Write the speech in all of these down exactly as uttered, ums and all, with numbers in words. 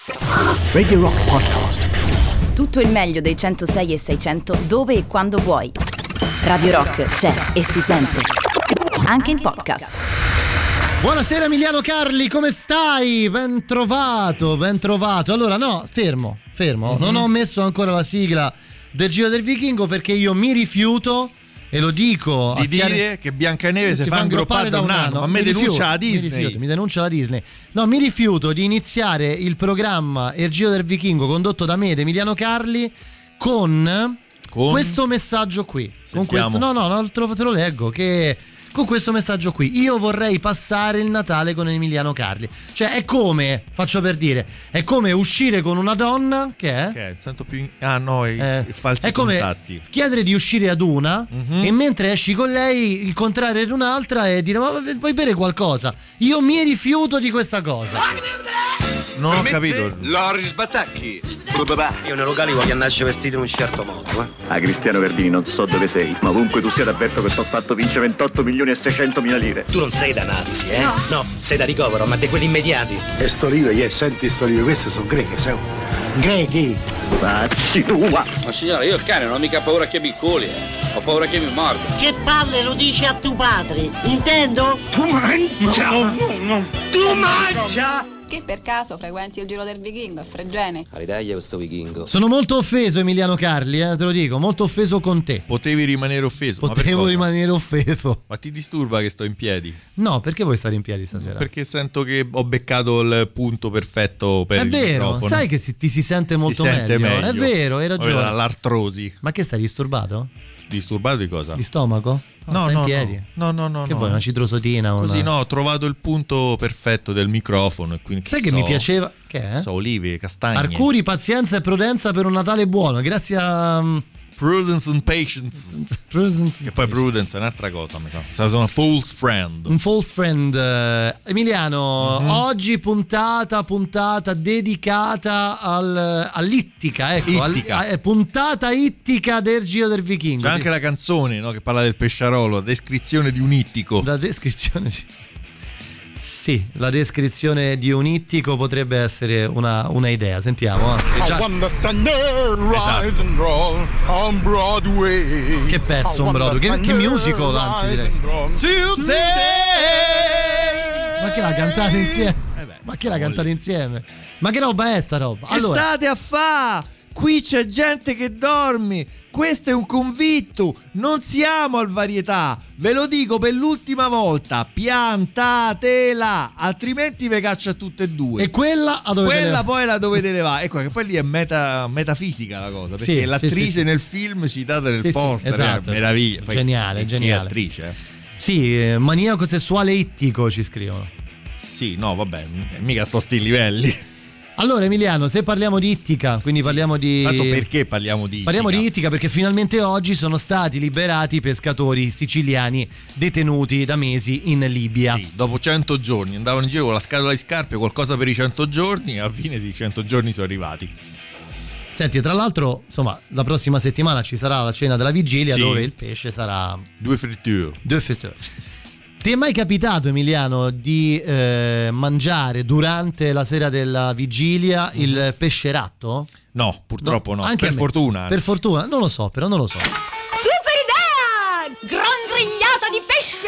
Radio Rock Podcast. Tutto il meglio dei centosei e seicento dove e quando vuoi. Radio Rock c'è e si sente anche in podcast. Buonasera Emiliano Carli, come stai? Ben trovato, ben trovato. Allora no, fermo, fermo. Mm-hmm. Non ho messo ancora la sigla del Giro del Vichingo perché io mi rifiuto, e lo dico, di dire chiare... che Biancaneve si, si fa ingroppare da un anno. A me mi denuncia rifiuto, la Disney. Mi, rifiuto, mi denuncia la Disney. No, mi rifiuto di iniziare il programma Il Giro del Vichingo condotto da me ed Emiliano Carli con, con... questo messaggio qui. Con questo, no, no, no, te lo, te lo leggo. Che con questo messaggio qui: io vorrei passare il Natale con Emiliano Carli. Cioè è come, faccio per dire, è come uscire con una donna che è Ok, sento più in... Ah no, i, eh, i falsi è come contatti. Chiedere di uscire ad una mm-hmm. e mentre esci con lei incontrare un'altra e dire: ma vuoi bere qualcosa? Io mi rifiuto di questa cosa. Non ho capito. Loris Batacchi. Io nei locali voglio andarci vestito in un certo modo, eh. Ah, Cristiano Verdini, non so dove sei, ma ovunque tu sia t'avverto che t'ho fatto vince ventotto milioni e seicentomila lire. Tu non sei da analisi, eh? No. No, sei da ricovero, ma di quelli immediati. E sto libro, yeah, senti sto libro, queste sono greche, sai? Grechi. Pazzi tua. Ma signora, io il cane non ho mica paura che mi culi, eh. Ho paura che mi morda. Che palle lo dici a tuo padre, intendo? Tu mangia! No, no, no. Tu mangia! Che per caso frequenti il Giro del Vichingo a Fregene? All'Italia questo vichingo. Sono molto offeso Emiliano Carli, eh, te lo dico, molto offeso con te. Potevi rimanere offeso. Potevo rimanere offeso. Ma ti disturba che sto in piedi? No, perché vuoi stare in piedi stasera? Perché sento che ho beccato il punto perfetto per è il vero, microfono. Sai che si, ti si sente molto si sente meglio. meglio. È vero, hai ragione. Aveva l'artrosi. Ma che stai disturbato? Disturbato di cosa? Di stomaco? No, stai no, in piedi? no, no, no. Che no. vuoi, una citrosotina? Così una... no, ho trovato il punto perfetto del microfono e quindi sai che so, mi piaceva? Che è? So, olive, castagne. Arcuri, pazienza e prudenza per un Natale buono. Grazie a Prudence and Patience. Prudence che poi Prudence è un'altra cosa, mi sa. Sono un false friend. Un false friend. Emiliano, mm-hmm. oggi puntata puntata dedicata al, all'ittica, ecco, ittica. Al, puntata ittica del Giro del Vichingo. C'è anche la canzone, no, che parla del pesciarolo, la descrizione di un ittico. La descrizione di... Sì, la descrizione di un ittico potrebbe essere una, una idea. Sentiamo. Eh. Già... esatto. Che pezzo, un Broadway. Che, che musical, anzi direi. Ma che la cantate insieme? Eh beh, Ma che la cantate insieme? Ma che roba è sta roba? Allora, che state a fa? Qui c'è gente che dorme. Questo è un convitto. Non siamo al varietà. Ve lo dico per l'ultima volta. Piantatela, altrimenti ve caccia tutte e due. E quella a dove Quella poi la dovete levare. Ecco che poi lì è meta, metafisica la cosa. Perché sì, l'attrice sì, sì, nel film citata nel sì, poster, sì, esatto, è meraviglia. Poi, geniale, geniale. Attrice, eh? Sì, maniaco sessuale ittico ci scrivono. Sì, no, vabbè, mica sto sti livelli. Allora Emiliano, se parliamo di ittica, quindi parliamo di... Tanto perché parliamo di ittica? Parliamo di ittica perché finalmente oggi sono stati liberati i pescatori siciliani detenuti da mesi in Libia. Sì, dopo cento giorni andavano in giro con la scatola di scarpe, qualcosa per i cento giorni, e alla fine sì, cento giorni sono arrivati. Senti, tra l'altro, insomma, la prossima settimana ci sarà la cena della vigilia, sì, dove il pesce sarà... Due fritture. Due fritture. Ti è mai capitato, Emiliano, di eh, mangiare durante la sera della vigilia mm-hmm. il pesce ratto? No, purtroppo no, no. Anche per fortuna. Per fortuna, non lo so, però non lo so. Super idea! Gran grigliata di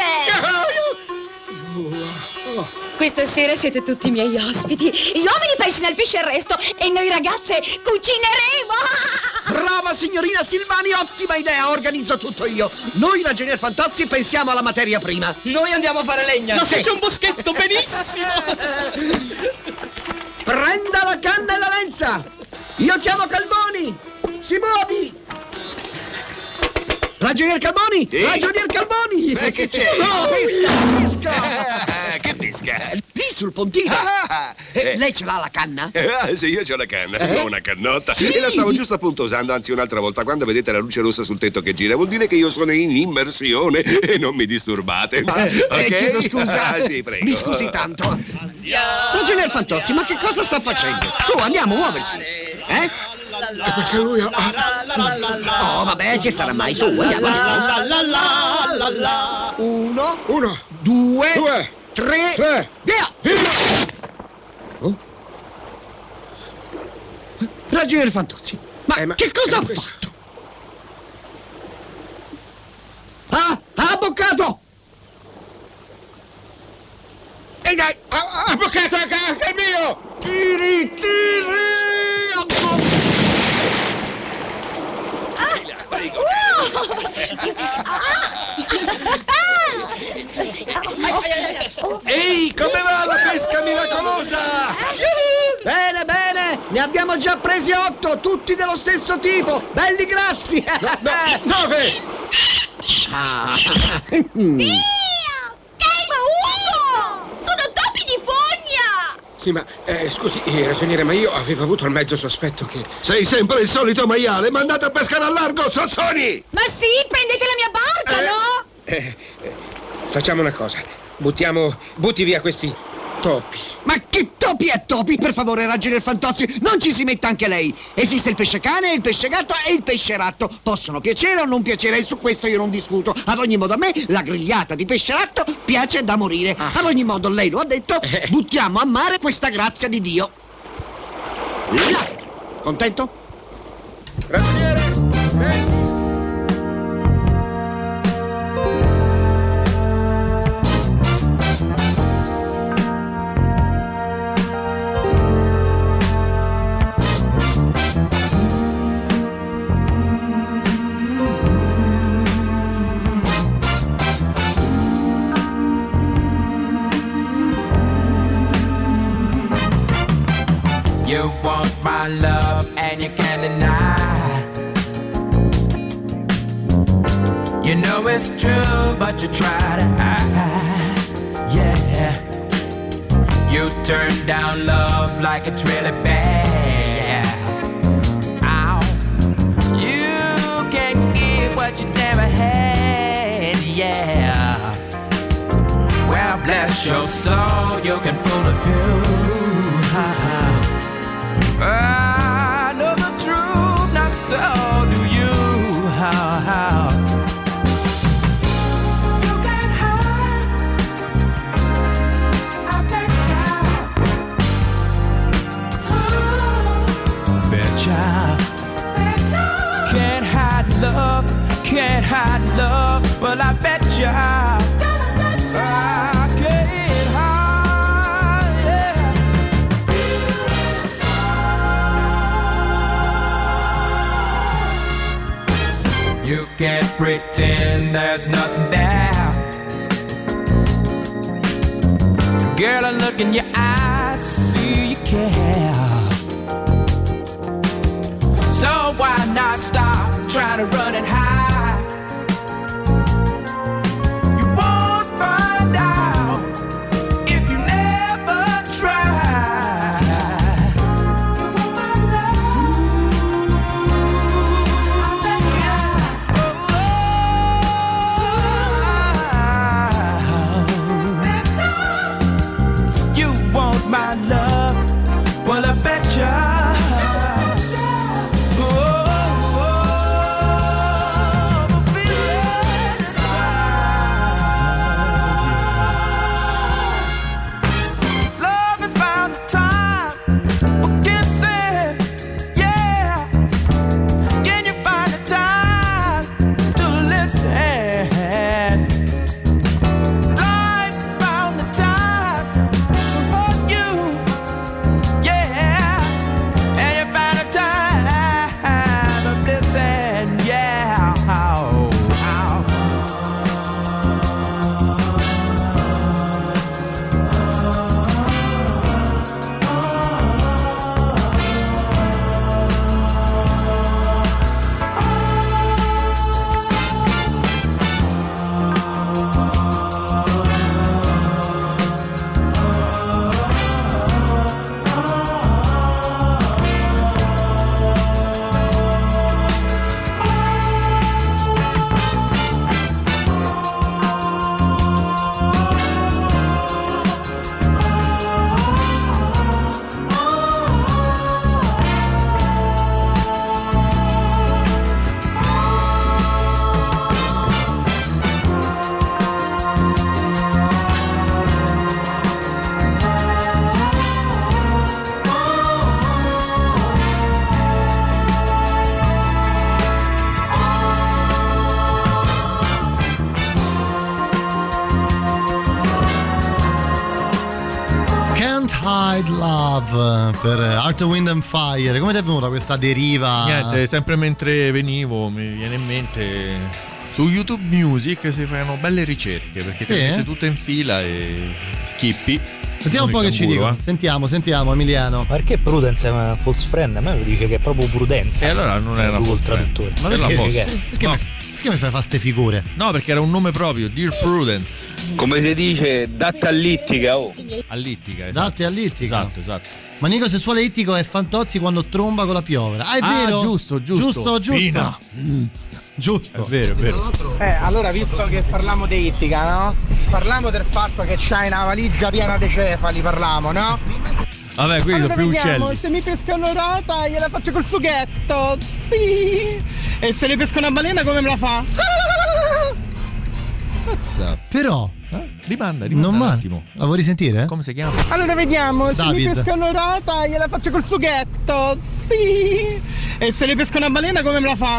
pesce! Questa sera siete tutti i miei ospiti. Gli uomini pensano al pesce arresto e noi ragazze cucineremo! Brava signorina Silvani, ottima idea, organizzo tutto io. Noi ragionier Fantozzi pensiamo alla materia prima. Noi andiamo a fare legna. Ma sì. C'è un boschetto, benissimo. Prenda la canna e la lenza. Io chiamo Calboni. Si muovi. Ragionier Calboni, sì. Ragionier Calboni. Ma che c'è? No, pesca, pesca. Che pesca? Lì sul pontile. Ah, eh, eh. Lei ce l'ha la canna? Ah, sì, io c'ho la canna, eh? ho una cannotta. Sì. E la stavo giusto appunto usando, anzi un'altra volta. Quando vedete la luce rossa sul tetto che gira, vuol dire che io sono in immersione e non mi disturbate. Eh, ok? eh, chiedo scusa. Ah, sì, prego. Mi scusi tanto. Andiamo. Ragionier Fantozzi, ma che cosa sta facendo? Su, andiamo, muoversi. Eh? Perché lui ha... Oh, vabbè, che sarà mai? Su, andiamo, andiamo. Uno, Uno, due, due, tre, tre, via! via! Oh? Ragionier Fantozzi, ma, eh, ma che cosa eh, ha questo... fatto? Ah, ha abboccato! E dai, ha abboccato anche, anche il mio! Tiri, tiri! Ehi, come va la pesca miracolosa? Bene, bene, ne abbiamo già presi otto, tutti dello stesso tipo, belli grassi. No, no, nove! Ah. Dio! Che uomo! Sono topi di fogna! Sì, ma eh, scusi, eh, ragioniere, ma io avevo avuto il mezzo sospetto che... Sei sempre il solito maiale, ma andate a pescare al largo, zozzoni! Ma sì, prendete la mia barca, eh, no? Eh, eh, facciamo una cosa, buttiamo... butti via questi topi. Ma che topi e topi, per favore, Ragionier Fantozzi, non ci si metta anche lei. Esiste il pesce cane, il pesce gatto e il pesce ratto. Possono piacere o non piacere, e su questo io non discuto. Ad ogni modo a me la grigliata di pesce ratto piace da morire. Ah. Ad ogni modo lei lo ha detto, eh. buttiamo a mare questa grazia di Dio. Là. Contento? Ragioniere! Eh. You want my love and you can't deny. You know it's true, but you try to hide. Yeah. You turn down love like it's really bad. Ow. You can't give what you never had. Yeah. Well, bless your soul, you can fool a few. I know the truth, not so do you. How, how? You can't hide. I bet you. Bet you. Can't hide love, can't hide love. Well, I bet you. I can't hide, yeah. You can't pretend there's nothing there. Girl, I look in your eyes, see you care. So why not stop trying to run and hide? You won't find out if you never try. You want my love? I bet you. Oh, you want my love? Well, I bet you. per Earth, Wind and Fire. Come ti è venuta questa deriva? Niente, sempre mentre venivo mi viene in mente su YouTube Music si fanno belle ricerche perché sì, ti mette eh? tutte in fila e schippi. Sentiamo un po' che ci dicono. Eh? Sentiamo, sentiamo Emiliano. Perché Prudence è una false friend? A me mi dice che è proprio Prudenza. E allora non è una false traduttore. Ma perché? Perché, perché, no. mi, perché mi fai fare ste figure? No, perché era un nome proprio, Dear Prudence. Come si dice, date all'ittica, oh. All'ittica, esatto. Date all'ittica. Esatto, esatto. Manico sessuale ittico è Fantozzi quando tromba con la piovra. Ah, è ah, vero? giusto, giusto. Giusto, giusto. Mm. Giusto. È vero, è vero. Eh, allora, visto che parliamo di ittica, no? Parliamo del fatto che c'hai una valigia piena di cefali, parliamo, no? Vabbè, quelli allora sono più vediamo, uccelli. Se mi pesca un'orata gliela faccio col sughetto, sì. E se le pesca una balena come me la fa? Mazza. Però eh? rimanda, rimanda non un attimo. La vuoi risentire? Come si chiama? Allora vediamo, David. Se mi pesca un'orata gliela faccio col sughetto, sì. E se le pesca una balena come me la fa?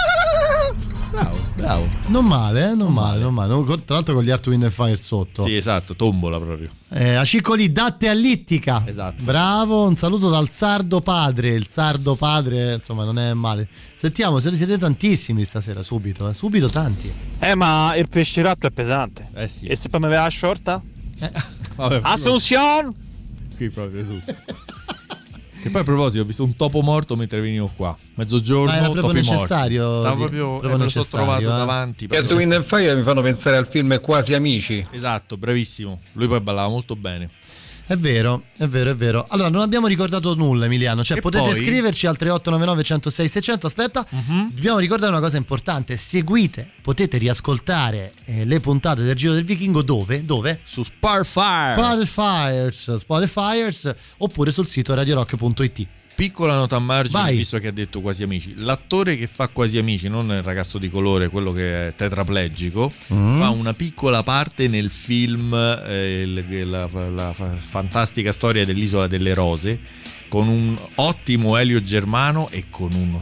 Bravo, bravo. Non male, eh? non, non male, male, non male. Tra l'altro con gli Earth, Wind and Fire sotto. Sì, esatto, tombola proprio. Eh, a Ciccoli, datte all'ittica. Esatto. Bravo, un saluto dal sardo padre. Il sardo padre, insomma, non è male. Sentiamo, siete tantissimi stasera, subito, eh? subito tanti. Eh, ma il pesce ratto è pesante. Eh sì. E se poi mi aveva la shorta? Eh. Vabbè, Assunzione! Qui proprio tutto. E poi a proposito, ho visto un topo morto mentre venivo qua. Mezzogiorno, ma era proprio topi necessario. Morti. Stavo di, proprio, proprio me lo necessario, sono trovato eh? davanti. Earth, Wind and Fire mi fanno pensare al film Quasi Amici. Esatto, bravissimo. Lui poi ballava molto bene. È vero, è vero, è vero. Allora, non abbiamo ricordato nulla, Emiliano. Cioè, e potete poi? scriverci al tre otto nove nove uno zero sei sei zero zero. Aspetta, uh-huh. dobbiamo ricordare una cosa importante. Seguite, potete riascoltare eh, le puntate del Giro del Vichingo dove? Dove? Su Spotify. Spotify, Spotify, oppure sul sito radio rock punto it. Piccola nota a margine, Vai. visto che ha detto Quasi Amici. L'attore che fa Quasi Amici, non il ragazzo di colore, quello che è tetraplegico, mm. fa una piccola parte nel film eh, la, la, la fantastica storia dell'Isola delle Rose, con un ottimo Elio Germano e con uno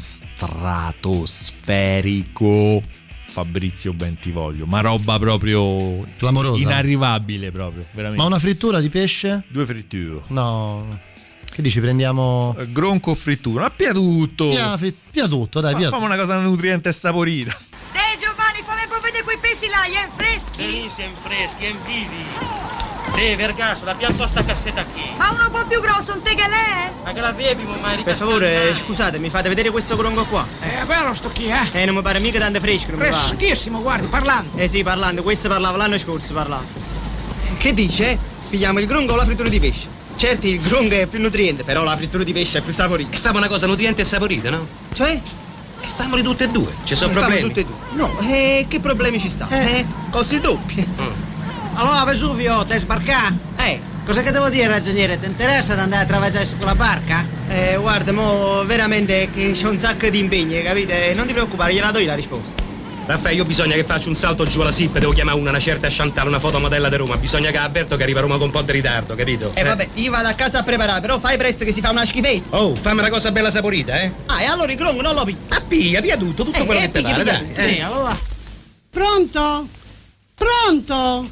stratosferico Fabrizio Bentivoglio, ma roba proprio clamorosa, inarrivabile proprio, veramente. Ma una frittura di pesce? Due fritture. No. Che dici, prendiamo gronco o frittura? Ma pia tutto! Pia, frit- pia tutto, dai, pia. Facciamo una cosa nutriente e saporita. Dai Giovanni, fammi proprio vedere quei pesi là, gli freschi! Sì, siamo freschi, siamo vivi! Te, Vergasso, la pianto a sta cassetta qui! Ma uno un po' più grosso, un tegelè? Ma che la bevi, ma per favore, scusate, mi fate vedere questo gronco qua? Eh, è vero sto chi, eh? Eh, non mi pare mica tanto fresco, non freschissimo, guardi, parlando! Eh sì, parlando, questo parlava l'anno scorso, parlava. Che dice? Pigliamo il gronco o la frittura di pesce? Certo, il gronco è più nutriente, però la frittura di pesce è più saporita. E famo una cosa nutriente e saporita, no? Cioè? E famoli tutte e due, ci sono problemi. Tutte e due. No, eh, che problemi ci sta? Eh, eh costi doppi. Mm. Allora, Vesuvio, te sbarcà? Eh, cosa che devo dire, ragioniere? Ti interessa di andare a travagliare su quella barca? Eh, guarda, mo veramente che c'ho un sacco di impegni, capite? Non ti preoccupare, gliela do io la risposta. Raffaele, io bisogna che faccia un salto giù alla S I P, devo chiamare una, una certa Chantal, una fotomodella di Roma. Bisogna che avverto che arriva a Roma con un po' di ritardo, capito? Eh, eh vabbè, io vado a casa a preparare, però fai presto che si fa una schifezza. Oh, fammi una cosa bella saporita, eh? Ah, e allora il gronco non lo piglia? Ah, piglia, piglia tutto, tutto eh, quello eh, che ti piglia, pare, piglia, dai. piglia. Eh, allora. Pronto? Pronto?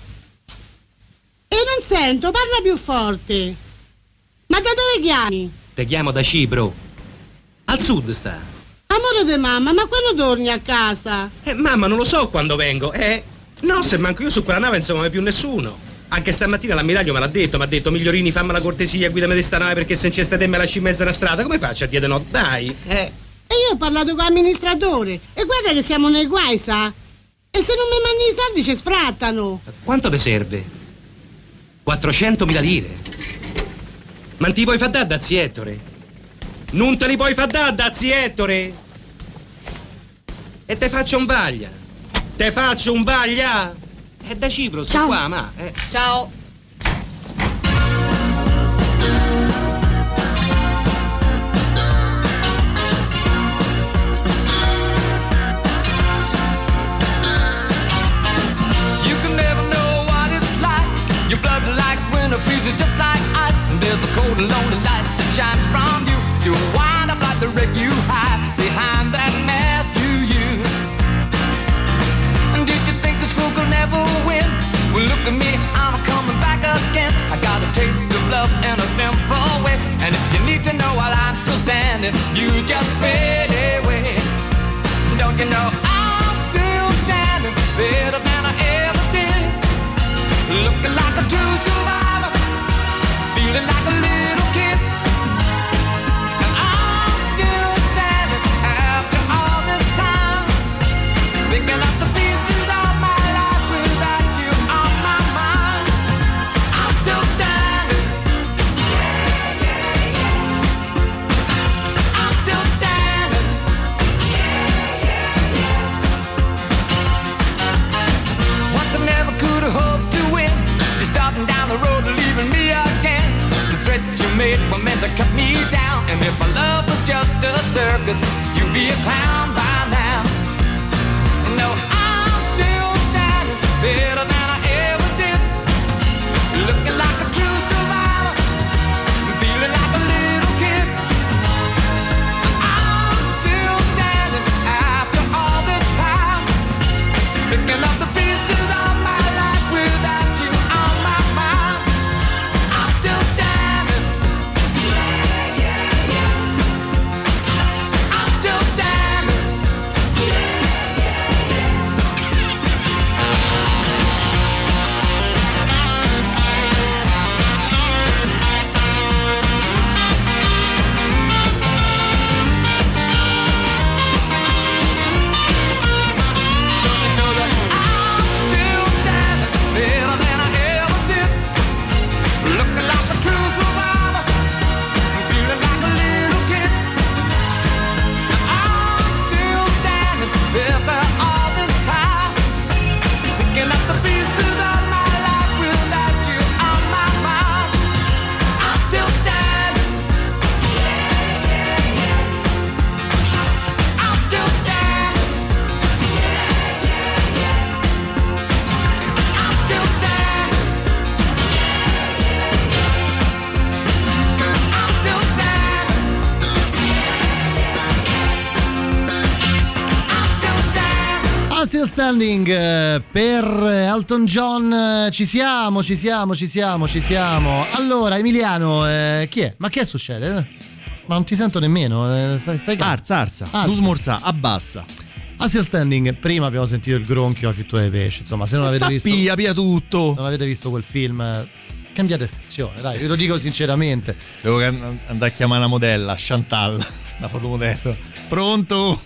E non sento, parla più forte. Ma da dove chiami? Te chiamo da Cipro. Al sud sta. Amore di mamma, ma quando torni a casa? Eh, mamma, non lo so quando vengo. Eh, no, se manco io su quella nave, insomma, non è più nessuno. Anche stamattina l'ammiraglio me l'ha detto, mi ha detto, Migliorini, fammi la cortesia, guidami di sta nave perché se c'è te me lasci in mezzo alla strada. Come faccio a dire no? Dai. Eh. E io ho parlato con l'amministratore e guarda che siamo nei guai, sa? E se non mi mandi i soldi ci sfrattano. Quanto ti serve? quattrocentomila lire. Ma non ti puoi far dare da zio Ettore? Non te li puoi far dare da zio Ettore? E te faccio un vaglia. Te faccio un vaglia. È da Cipro, sto qua, ma. Eh. Ciao. You can never know what it's like. Your blood like winter freezes just like ice. And there's a cold and lonely light that shines from you. You wind up like the wreck you hide behind that mask you use. And did you think this fool could never win? Well, look at me, I'm coming back again. I got a taste of love in a simple way. And if you need standing, you just fade away. Don't you know I'm still standing, better than I ever did. Looking like a true survivor, feeling like a little kid. And I'm still standing after all this time, picking up the pieces of my life without you on my mind. I'm still standing. Yeah, yeah, yeah. I'm still standing. Yeah, yeah, yeah. Once I never could have hoped to win. You're starting down the road and leaving me again. The threats you made were meant to cut me down. And if my love was just a circus, you'd be a clown by now. No, I'm still standing, better than I ever did. Looking like a true survivor, feeling like a little kid. I'm still standing after all this time, picking up the pieces of my life without you on my mind. I'm still standing. Yeah, yeah, yeah. I'm still standing. Yeah, yeah, yeah. Know that I'm still standing, better than I ever did. Looking like a true survivor, feeling like a little kid. I'm still standing after all this time, picking up the pieces of my life without you on my mind. I'm still standing. Yeah, yeah, yeah. I'm still standing. Yeah, yeah, yeah. I'm still standing. Ah, Still Standing eh, per Elton John. eh, Ci siamo, ci siamo, ci siamo, ci siamo. Allora, Emiliano, eh, chi è? Ma che succede? Ma non ti sento nemmeno. eh, Stai, stai calmo. Arza, arza, Arza. tu smorza, abbassa. Ah, Still Standing, prima abbiamo sentito il gronchio a fittura dei pesci. Insomma, se non avete visto, Piglia, pia tutto. non avete visto quel film, eh, cambiate stazione, dai, ve lo dico sinceramente. Devo can- andare a chiamare una modella, Chantal, una fotomodello. Pronto?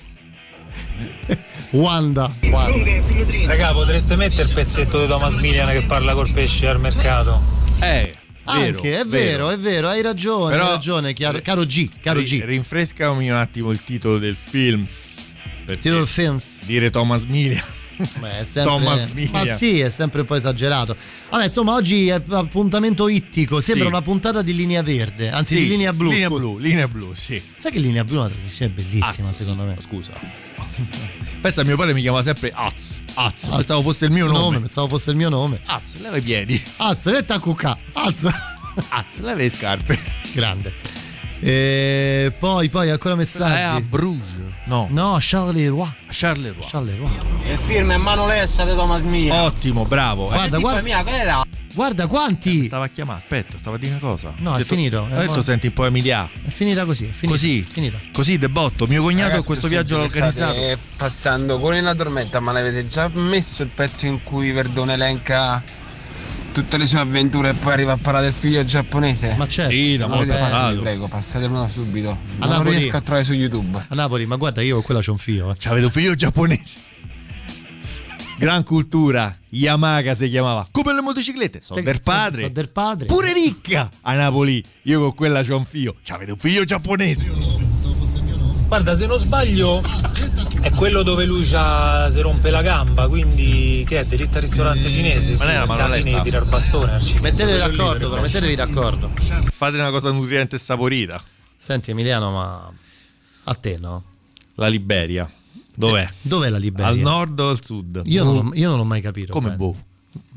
Wanda, Wanda. Raga, potreste mettere il pezzetto di Thomas Milian che parla col pesce al mercato? Eh, vero, Anche, è vero, è vero, hai ragione, Però- hai ragione, chiaro- caro G, caro Ri- G. Rinfrescami un attimo il titolo del film. Il titolo del film? Dire Thomas Milian. Beh, è sempre, Thomas Milian. ma sì, è sempre un po' esagerato. Vabbè, insomma, oggi è appuntamento ittico. Sembra Sì. una puntata di Linea Verde, anzi Sì, di Linea Blu. Linea scusa. blu, linea blu, sì. Sai che Linea Blu è una trasmissione bellissima, Az, secondo me. Scusa. Pensa, mio padre mi chiama sempre Az. Az. Az. Pensavo fosse il mio nome. Pensavo fosse il mio nome. Az, leva i piedi. Az, metti a cucca. Az. Az, leva le scarpe. Grande. E poi, poi ancora È a messaggi. Bruges. No. No, Charleroi. Charleroi. Charleroi. Il film è Mano Lessa di Thomas Milian. Ottimo, bravo. Guarda, Che guarda, mia, che era? guarda quanti. Stava a chiamare, aspetta, stava a dire una cosa. No, Ho è detto- finito, Ho è detto, mo- senti un po' Emilia. È finita così, è finita. Così, finita. così, de botto. Mio cognato Ragazzi, questo viaggio l'ha organizzato. state passando con la tormenta, ma l'avete già messo il pezzo in cui Verdone elenca tutte le sue avventure e poi arriva a parlare del figlio giapponese? Ma certo. Sì, da Non molto l'avete fatto, passato. vi prego, passatemelo subito. A Non lo Napoli. riesco a trovare su YouTube. A Napoli, ma guarda, io con quella c'ho un figlio. Eh. Cioè, vedo un figlio giapponese. Gran cultura. Yamaha si chiamava. Come le motociclette. So del padre. So del padre. Pure ricca a Napoli. Io con quella c'ho un figlio. Cioè, vedo un figlio giapponese. Guarda, se non sbaglio è quello dove lui c'ha, si rompe la gamba, quindi che è diritto al ristorante cinese? Sì, non era, ma non alla è fine sta. tira il bastone al cinese. Mettetevi Quello lì d'accordo, dovrebbe però, essere. mettetevi d'accordo. Fate una cosa nutriente e saporita. Senti Emiliano, ma a te no? La Liberia. Dov'è? Dov'è la Liberia? Al nord o al sud? Io non, io non l'ho mai capito. Come bene. boh?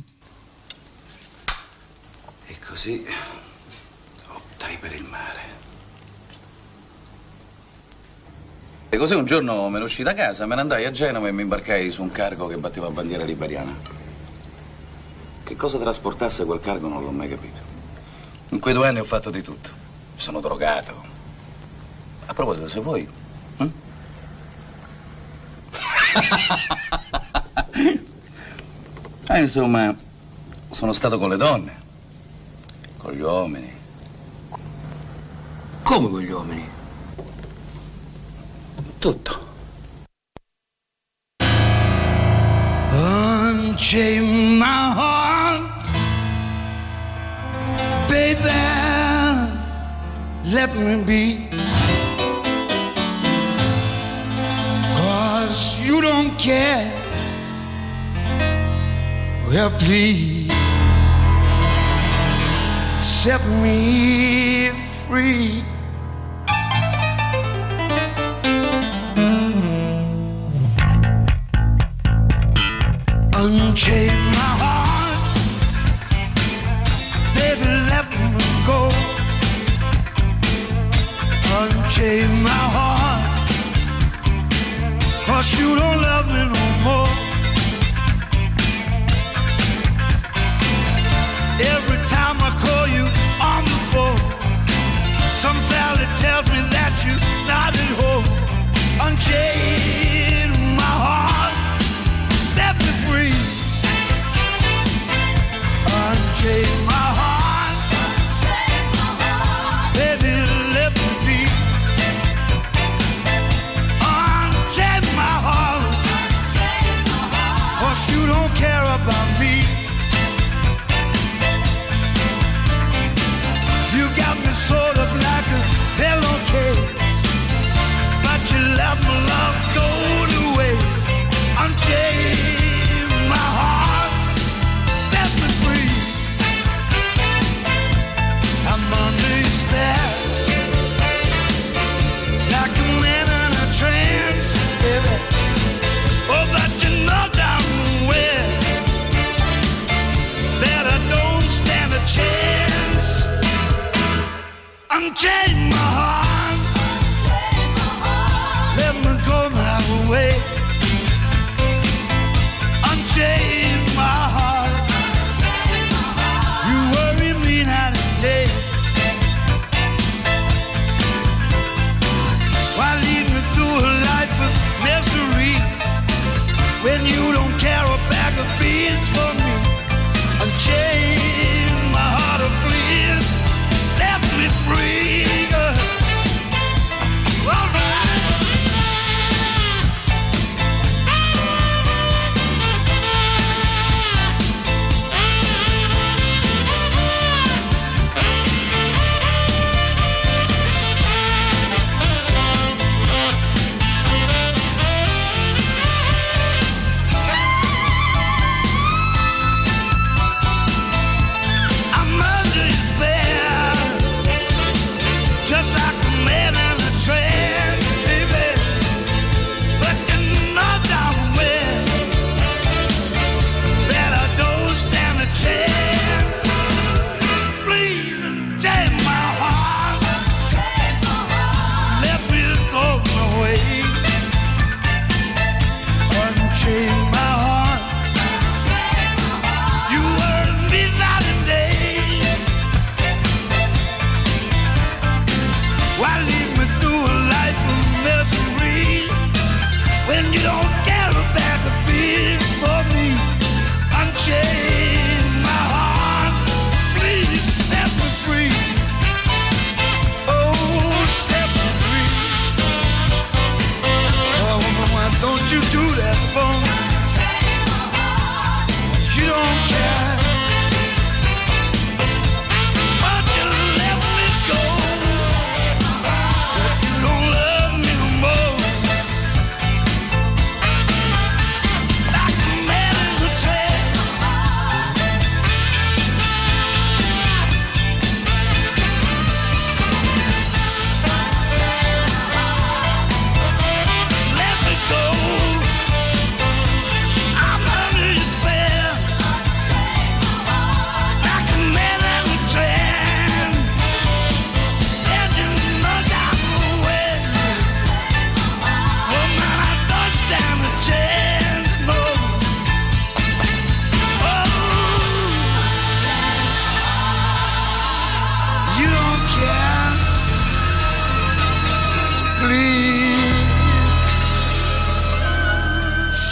E così optai per il mare. E così un giorno me ne uscì da casa, me ne andai a Genova e mi imbarcai su un cargo che batteva bandiera liberiana. Che cosa trasportasse quel cargo non l'ho mai capito. In quei due anni ho fatto di tutto. Mi sono drogato, A proposito, se vuoi... Hm? ah, insomma, sono stato con le donne, con gli uomini. Come con gli uomini? Tutto. Unchain my heart, baby, let me be, 'cause you don't care, well please, set me free. Unchain my heart, baby, let me go. Unchain my heart, 'cause you don't love me no more. Every time I call you on the phone, some fella tells me that you're not at home. Unchain my heart, set me free. Unchain my heart, baby, let me be.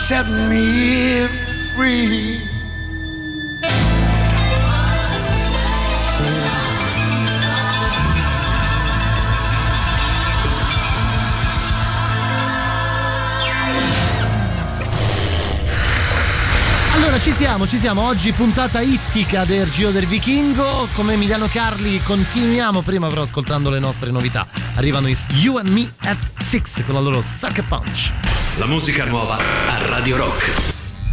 set me free. Allora ci siamo, ci siamo, oggi puntata ittica del Giro del Vichingo, come Emiliano Carli continuiamo, prima però ascoltando le nostre novità, arrivano i You and Me at Six con la loro Sucker Punch. La musica nuova a Radio Rock.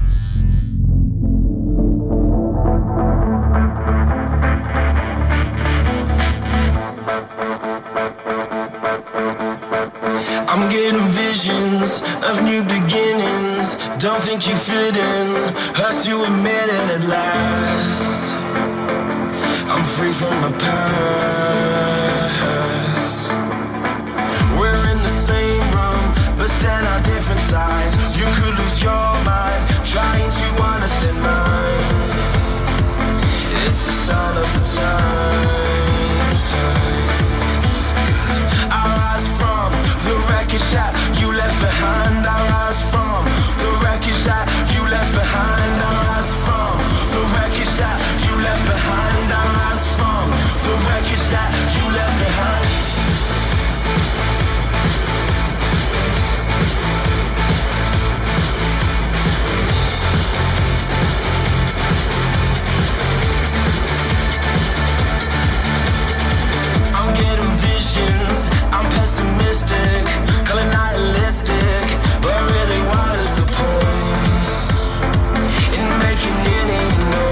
I'm getting visions of new beginnings. Don't think you fit in, hurts to admit it at last. I'm free from my past. We're in the same room, but stand on different sides. You could lose your mind, trying to understand mine. It's the sign of the times, times. 'Cause I rise from the wreckage that you left behind. I rise from the wreckage that you left behind. I rise from the wreckage that you left behind. I rise from the wreckage that you left behind. I'm getting visions, I'm pessimistic, call it nihilistic, but really what is the point in making any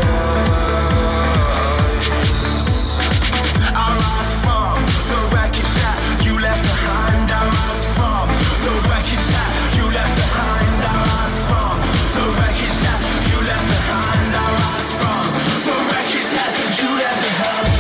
noise? I rise from the wreckage that you left behind. I rise from the wreckage that you left behind. I rise from the wreckage that you left behind. I rise from the wreckage that you left behind.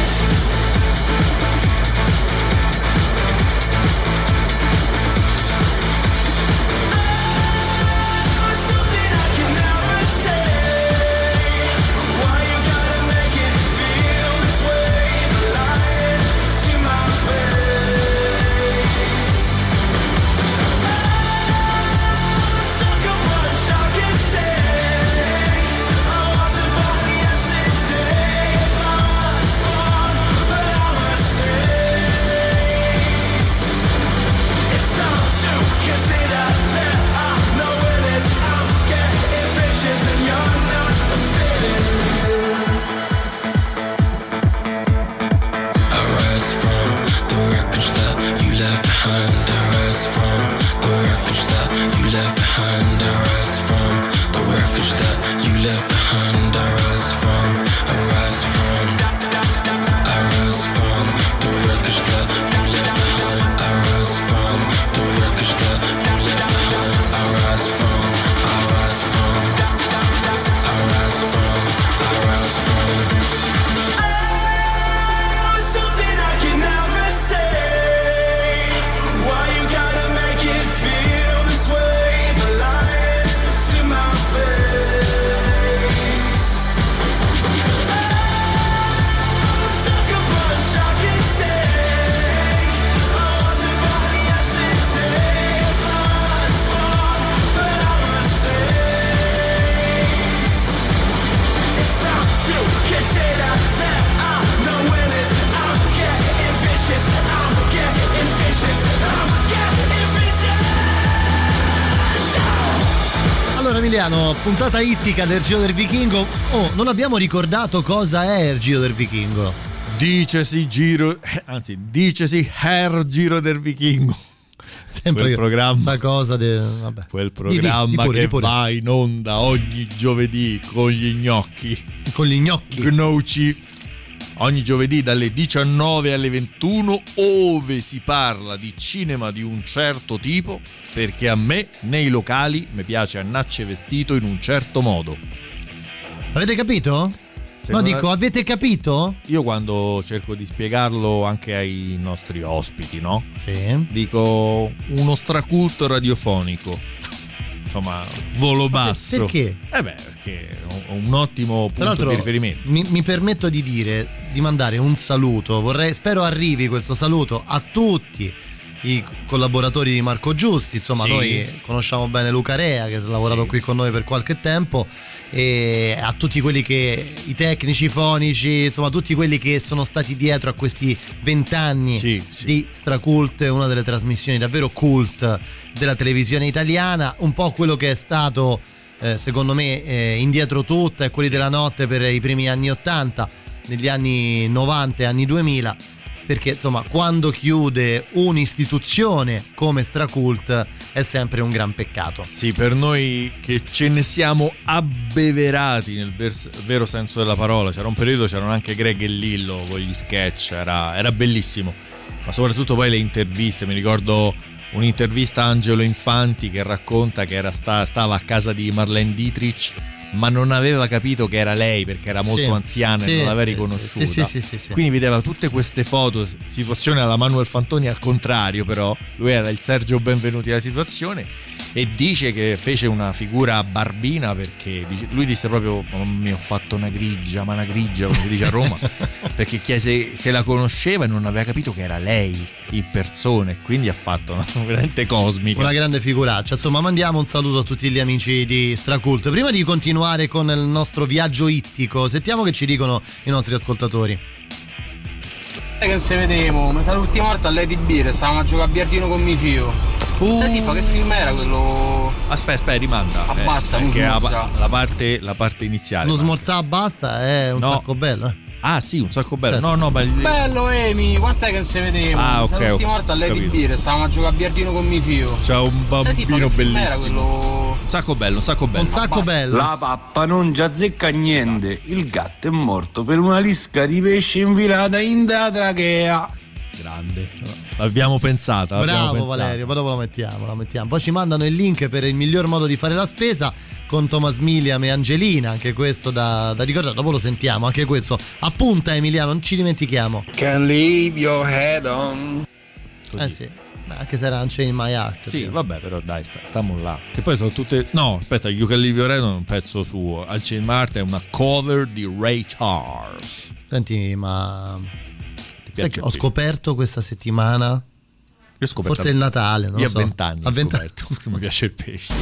Emiliano, puntata ittica del Giro del Vichingo. Oh, non abbiamo ricordato cosa è il Giro del Vichingo. Dicesi Giro, anzi, dicesi Her Giro del Vichingo. Sempre quel programma, sta cosa de, vabbè. Quel programma di, di, di pure, che di va in onda ogni giovedì con gli gnocchi. Con gli gnocchi. Gnocchi. Ogni giovedì dalle diciannove alle ventuno, ove si parla di cinema di un certo tipo, perché a me nei locali mi piace annacce vestito in un certo modo. Avete capito? Se no, dico, avete capito? Io quando cerco di spiegarlo anche ai nostri ospiti, no? Sì. Dico uno straculto radiofonico. Insomma, volo basso. Perché? Eh beh, perché ho un ottimo punto di riferimento. Mi, mi permetto di dire, di mandare un saluto. Vorrei, spero arrivi questo saluto a tutti i collaboratori di Marco Giusti, insomma, sì. Noi conosciamo bene Luca Rea, che ha lavorato sì. qui con noi per qualche tempo, e a tutti quelli che, i tecnici fonici, insomma tutti quelli che sono stati dietro a questi vent'anni sì, sì. di Stracult, una delle trasmissioni davvero cult della televisione italiana, un po' quello che è stato eh, secondo me eh, Indietro Tutta e Quelli della Notte per i primi anni ottanta, negli anni novanta e anni duemila, perché insomma quando chiude un'istituzione come Stracult è sempre un gran peccato. Sì, per noi che ce ne siamo abbeverati nel vers- vero senso della parola. C'era un periodo, c'erano anche Greg e Lillo con gli sketch, era, era bellissimo, ma soprattutto poi le interviste. Mi ricordo un'intervista a Angelo Infanti che racconta che era sta- stava a casa di Marlene Dietrich, ma non aveva capito che era lei perché era molto sì, anziana sì, e non l'aveva sì, riconosciuta. sì, sì, sì, sì, sì. Quindi vedeva tutte queste foto, situazione alla Manuel Fantoni al contrario, però lui era il Sergio Benvenuti della situazione, e dice che fece una figura barbina perché dice, lui disse proprio: oh, mi ho fatto una grigia, ma una grigia come si dice a Roma, perché chiese se la conosceva e non aveva capito che era lei in persona, e quindi ha fatto una veramente cosmica, una grande figuraccia. Insomma, mandiamo un saluto a tutti gli amici di Stracult. Prima di continuare con il nostro viaggio ittico, sentiamo che ci dicono i nostri ascoltatori. Che se vedemo, mi sa l'ultima volta a Lady Beer, stavamo a giocare a biardino con mio figlio. Uh. Senti, fa che film era quello? Aspetta, aspetta, rimanda. Abbassa, eh, non la, la parte la parte iniziale. Lo smorzà abbassa è un no. sacco bello, eh. Ah sì, un sacco bello. Certo. No, no, ma bello Emi, quant'è che non se vedeva? Ah, ok. L'ultima okay, volta a Lady Beer, stavamo a giocare a biardino con mio figlio. C'è un bambino Senti, bellissimo. Era quello... Un sacco bello, un sacco bello. Un sacco Abbassa. bello. La pappa non ci azzecca niente. Il gatto è morto per una lisca di pesce infilata in da trachea. Grande, l'abbiamo pensata. Bravo l'abbiamo pensata. Valerio, poi dopo lo mettiamo, lo mettiamo. Poi ci mandano il link per il miglior modo di fare la spesa con Thomas Miliam e Angelina, anche questo da, da ricordare, dopo lo sentiamo, anche questo. Appunta Emiliano, non ci dimentichiamo. Can leave your head on. Così. Eh sì, anche se era Unchained My Heart. Sì, prima. vabbè, però dai, sta, stiamo là. Che poi sono tutte. No, aspetta, You Can Leave Your Head on è un pezzo suo. Unchained My Heart è una cover di Ray Charles. Senti, ma sai che ho scoperto questa settimana? Io ho scoperto forse è il Natale, non io lo so. a vent'anni a venti ho scoperto che mi piace il pesce.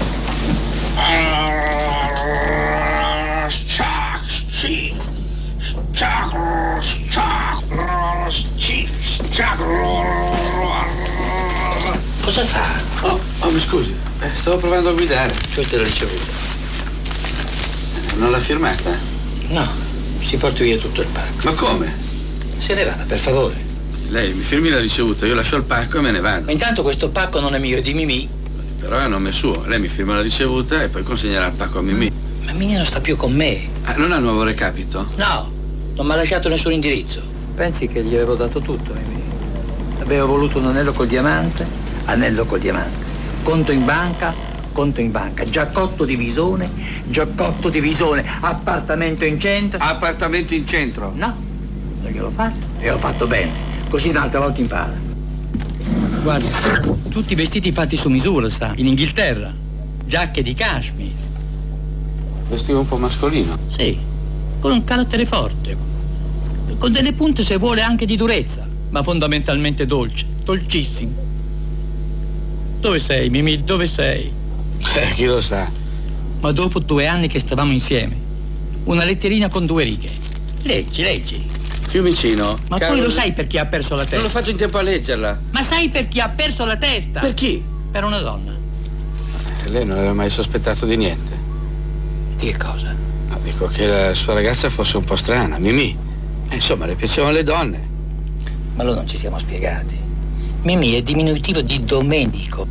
Cosa fa? Oh, oh mi scusi, eh, stavo provando a guidare. Questa l'ho ricevuta. Non l'ha firmata? No, si porti via tutto il pacco. Ma come? Se ne vada, per favore. Lei mi firmi la ricevuta, io lascio il pacco e me ne vado. Ma intanto questo pacco non è mio, è di Mimì. Però è a nome suo. Lei mi firma la ricevuta e poi consegnerà il pacco a Mimì. Ma Mimì non sta più con me. Ah, non ha il nuovo recapito? No, non mi ha lasciato nessun indirizzo. Pensi che gli avevo dato tutto, Mimì? Avevo voluto un anello col diamante, anello col diamante. Conto in banca, conto in banca. Giaccotto di Visone, giaccotto di Visone. Appartamento in centro. Appartamento in centro? No, non gliel'ho fatto. E ho fatto bene. Così un'altra volta impara. Guarda, tutti vestiti fatti su misura, sa, in Inghilterra. Giacche di cashmere. Vestito un po' mascolino? Sì, con un carattere forte. Con delle punte, se vuole, anche di durezza. Ma fondamentalmente dolce, dolcissimo. Dove sei, Mimì? Dove sei? Eh, chi lo sa. Ma dopo due anni che stavamo insieme, una letterina con due righe. Leggi, leggi. Fiumicino. Ma Carlo... poi lo sai per chi ha perso la testa? Non l'ho fatto in tempo a leggerla. Ma sai per chi ha perso la testa? Per chi? Per una donna. Eh, lei non aveva mai sospettato di niente. Di che cosa? No, dico che la sua ragazza fosse un po' strana, Mimì. Eh, insomma, le piacevano le donne. Ma allora non ci siamo spiegati. Mimì è diminutivo di Domenico.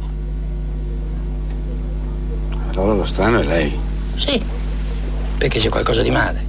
Allora lo strano è lei. Sì, perché c'è qualcosa di male.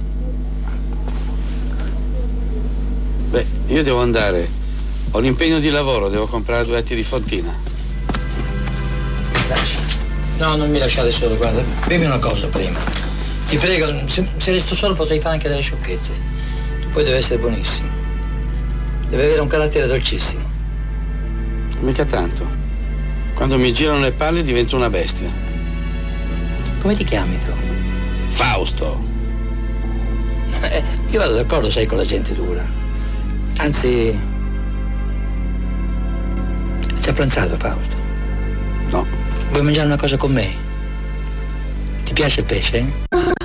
Beh, io devo andare. Ho un impegno di lavoro, devo comprare due atti di fontina. Lascia. No, non mi lasciate solo, guarda. Bevi una cosa prima. Ti prego, se, se resto solo potrei fare anche delle sciocchezze. Tu poi devi essere buonissimo. Deve avere un carattere dolcissimo. Mica tanto. Quando mi girano le palle divento una bestia. Come ti chiami tu? Fausto. Eh, io vado d'accordo, sai, con la gente dura. Anzi, c'è già pranzato, Fausto? No. Vuoi mangiare una cosa con me? Ti piace il pesce? Eh?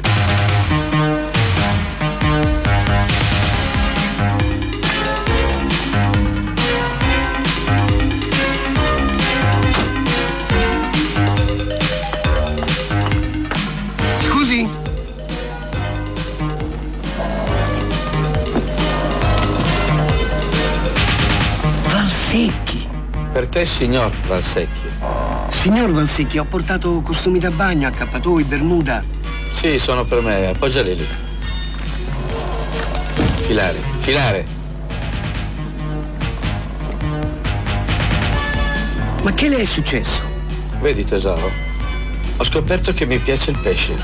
Scusi? Valsecchi. Per te, signor Valsecchi. Signor Valsecchi, ho portato costumi da bagno, accappatoi, bermuda. Sì, sono per me, appoggiali lì. Filare, filare. Ma che le è successo? Vedi, tesoro, ho scoperto che mi piace il pesce.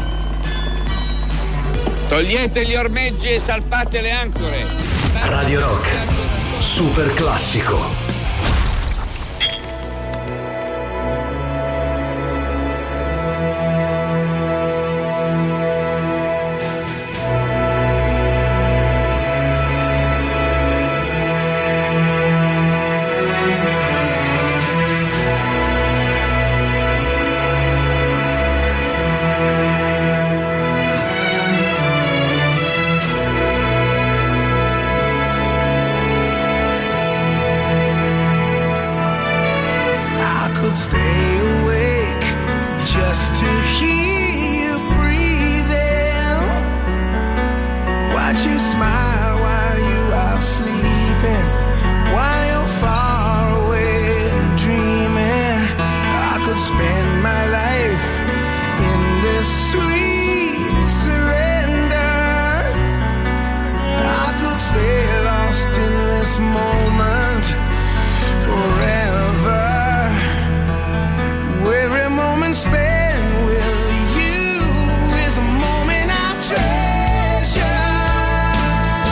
Togliete gli ormeggi e salpate le ancore. Radio Rock, super classico. Spent with you is a moment I treasure.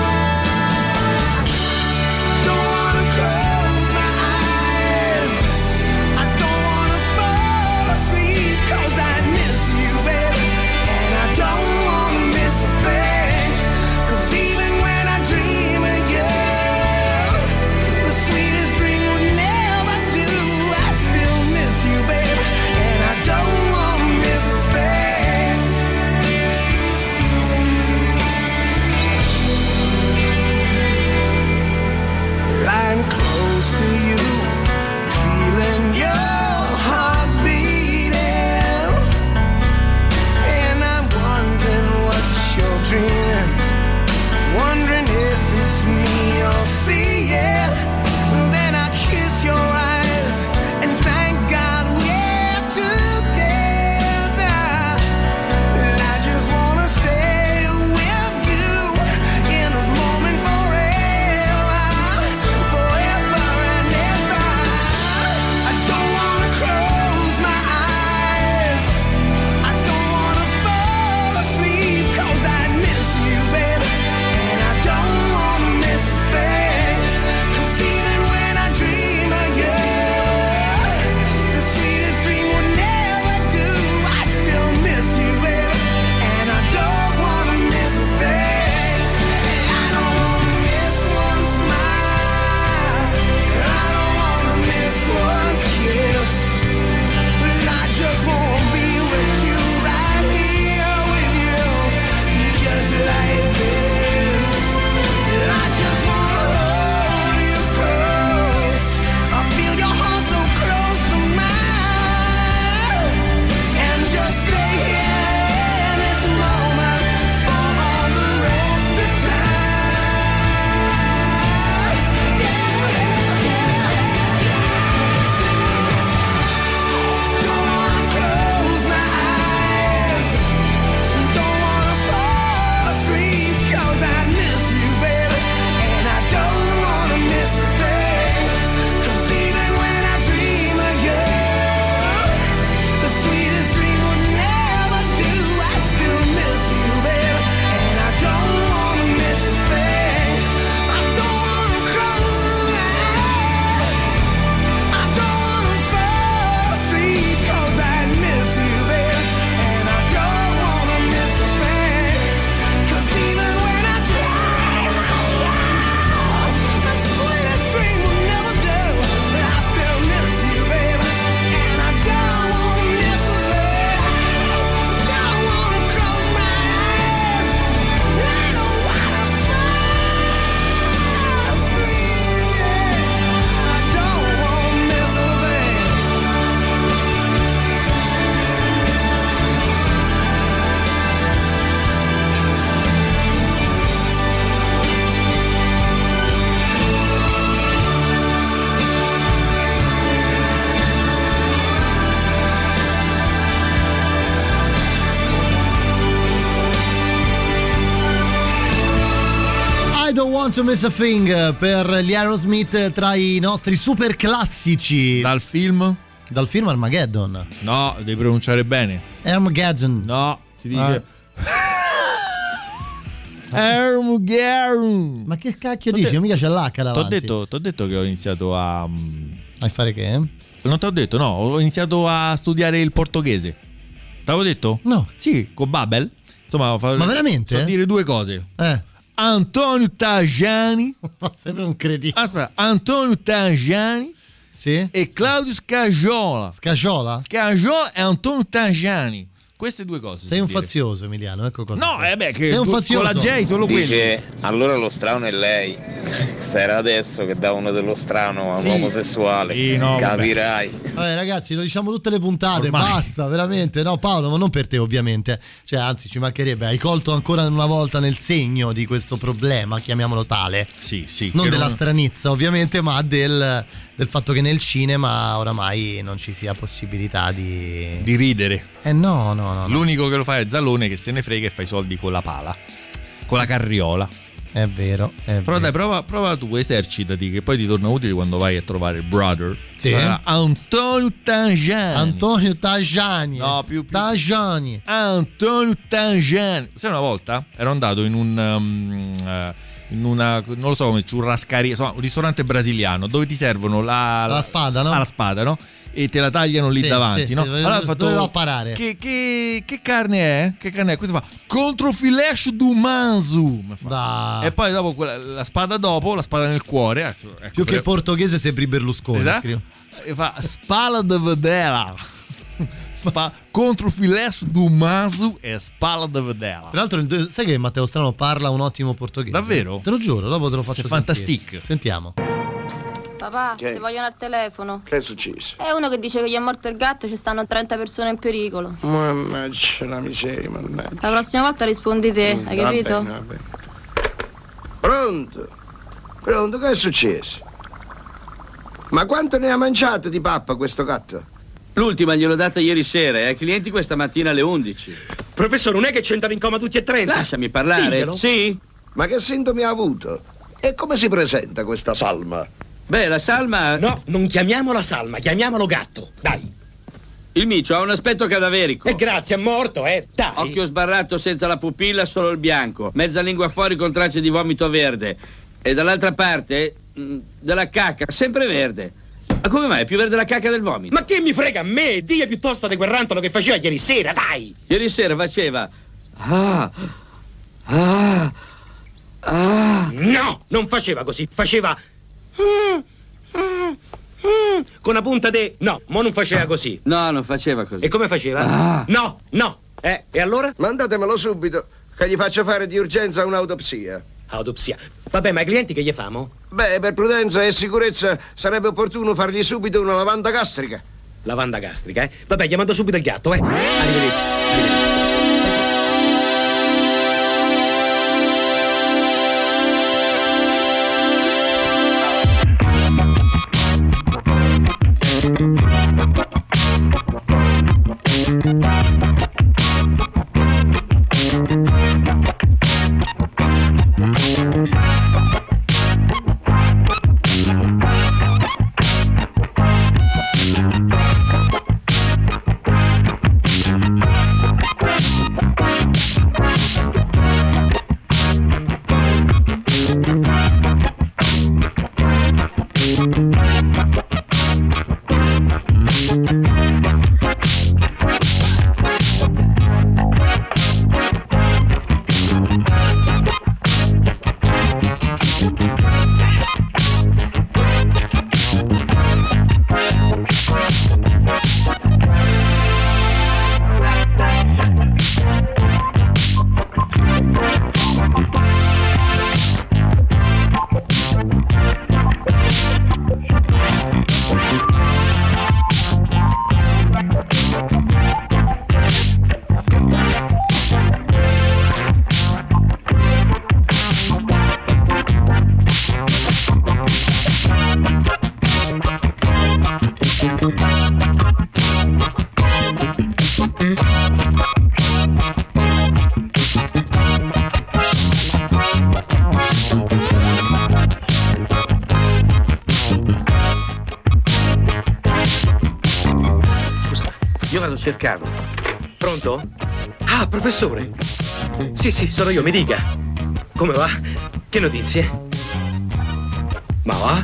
Want to Miss a Thing per gli Aerosmith, tra i nostri super classici. Dal film? Dal film Armageddon. No, devi pronunciare bene. Armageddon. No, si dice Armageddon. Ma che cacchio dici? Mica c'è l'H davanti. T'ho detto, t'ho detto che ho iniziato a A fare che? Non t'ho detto, no, ho iniziato a studiare il portoghese. T'avevo detto? No. Sì, con Babel. Insomma, fa, ma veramente? So dire due cose. Eh. Antonio Tajani. Sembra un cretino. Aspetta, Antonio Tajani. Sì. E Claudio Scagiola. Scagiola? Scagiola e Antonio Tajani. Queste due cose. Sei un dire. fazioso, Emiliano, ecco cosa. No, sei. Eh beh, che sei un fazioso. Con la J solo quello. Dice, allora lo strano è lei. Se era adesso che davano dello strano a un sì. omosessuale, sì, no, capirai. Vabbè. vabbè ragazzi, lo diciamo tutte le puntate, ormai. Basta, veramente. No Paolo, ma non per te ovviamente. Cioè, anzi, ci mancherebbe. Hai colto ancora una volta nel segno di questo problema, chiamiamolo tale. Sì, sì. Non della non... stranezza ovviamente, ma del... del fatto che nel cinema oramai non ci sia possibilità di di ridere. Eh no, no, no. L'unico no. che lo fa è Zalone, che se ne frega e fa i soldi con la pala, con la carriola. È vero, è Però vero. dai, prova, prova tu, esercitati, che poi ti torna utile quando vai a trovare il brother. Sì. Uh, Antonio Tajani. Antonio Tajani. No, più, più. Tajani. Antonio Tajani. Sai, una volta ero andato in un um, uh, in una, non lo so come, ciurrascaria, insomma, un ristorante brasiliano dove ti servono la, la, la spada, no? Ah, la spada, no? E te la tagliano lì sì, davanti, sì, no? Sì, allora ho fatto, doveva parare. Che, che, che carne è? Che carne è? Questo fa controfilé do manzo. E poi dopo quella, la spada dopo, la spada nel cuore. Ecco, più che per... portoghese sembri Berlusconi. Esatto. E fa spalla de vedela. Spa- controfilé do manzo e spalla de vedela. Tra l'altro, sai che Matteo Strano parla un ottimo portoghese? Davvero? Te lo giuro, dopo te lo faccio sentire. Fantastic. Sentiamo. Papà, che? Ti vogliono al telefono. Che è successo? È uno che dice che gli è morto il gatto e ci stanno trenta persone in pericolo. Mannaggia la miseria, mannaggia. La prossima volta rispondi te, mm, hai va capito? Bene, va bene. Pronto? Pronto, che è successo? Ma quanto ne ha mangiato di pappa questo gatto? L'ultima gliel'ho data ieri sera e ai clienti questa mattina alle undici. Professore, non è che ci entrano in coma tutti e trenta? Lasciami parlare. Diglielo. Sì? Ma che sintomi ha avuto? E come si presenta questa salma? Beh, la salma... No, non chiamiamola salma, chiamiamolo gatto, dai. Il micio ha un aspetto cadaverico. E grazie, è morto, eh, dai. Occhio sbarrato senza la pupilla, solo il bianco. Mezza lingua fuori con tracce di vomito verde. E dall'altra parte, mh, della cacca, sempre verde. Ma come mai? È più verde la cacca del vomito? Ma che mi frega a me? Dia piuttosto di quel rantolo che faceva ieri sera, dai! Ieri sera faceva... Ah... Ah... Ah... No, non faceva così, faceva... Con una punta de... No, mo non faceva così. No, non faceva così. E come faceva? Ah. No, no. Eh, e allora? Mandatemelo subito, che gli faccio fare di urgenza un'autopsia. Autopsia. Vabbè, ma ai clienti che gli famo? Beh, per prudenza e sicurezza sarebbe opportuno fargli subito una lavanda gastrica. Lavanda gastrica, eh? Vabbè, gli mando subito il gatto, eh? Arrivederci. Arrivederci. Io vado a cercarlo. Pronto? Ah, professore. Sì, sì, sono io, mi dica. Come va? Che notizie? Ma va?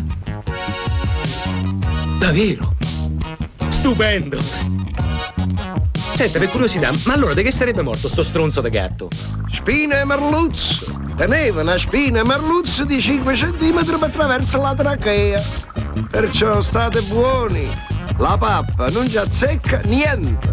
Davvero? Stupendo. Senta, per curiosità, ma allora di che sarebbe morto sto stronzo da gatto? Spina e merluzzo. Teneva una spina e merluzzo di cinque centimetri attraverso la trachea. Perciò state buoni. La pappa non ci azzecca niente.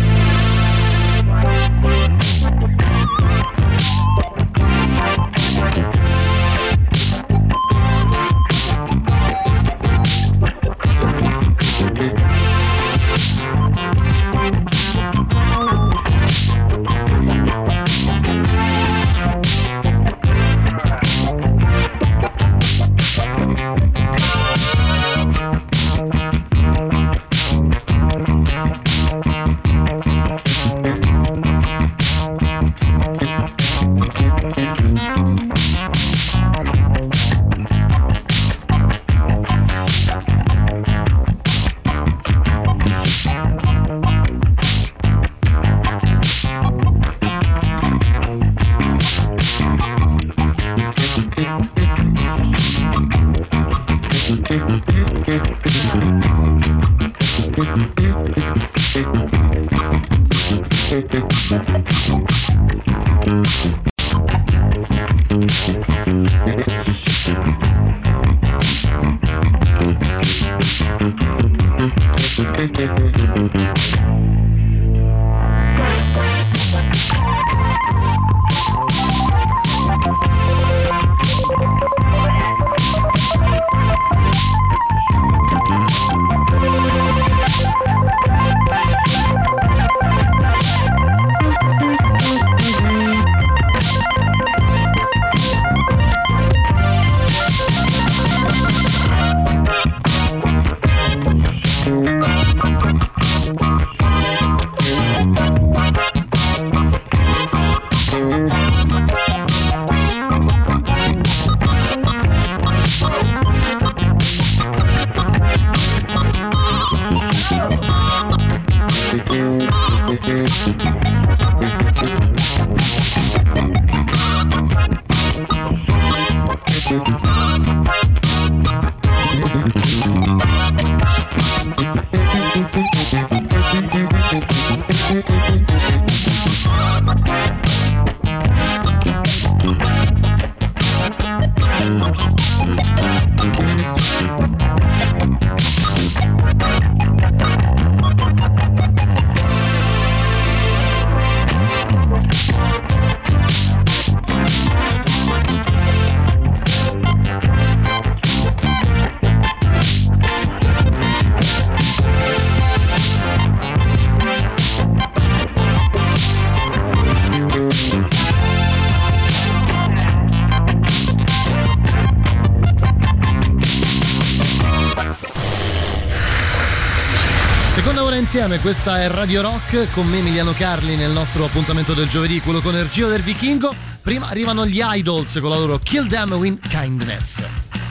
Insieme, questa è Radio Rock con me Emiliano Carli nel nostro appuntamento del giovedì, quello con il Giro del Vichingo. Prima arrivano gli Idols con la loro Kill Them With Kindness.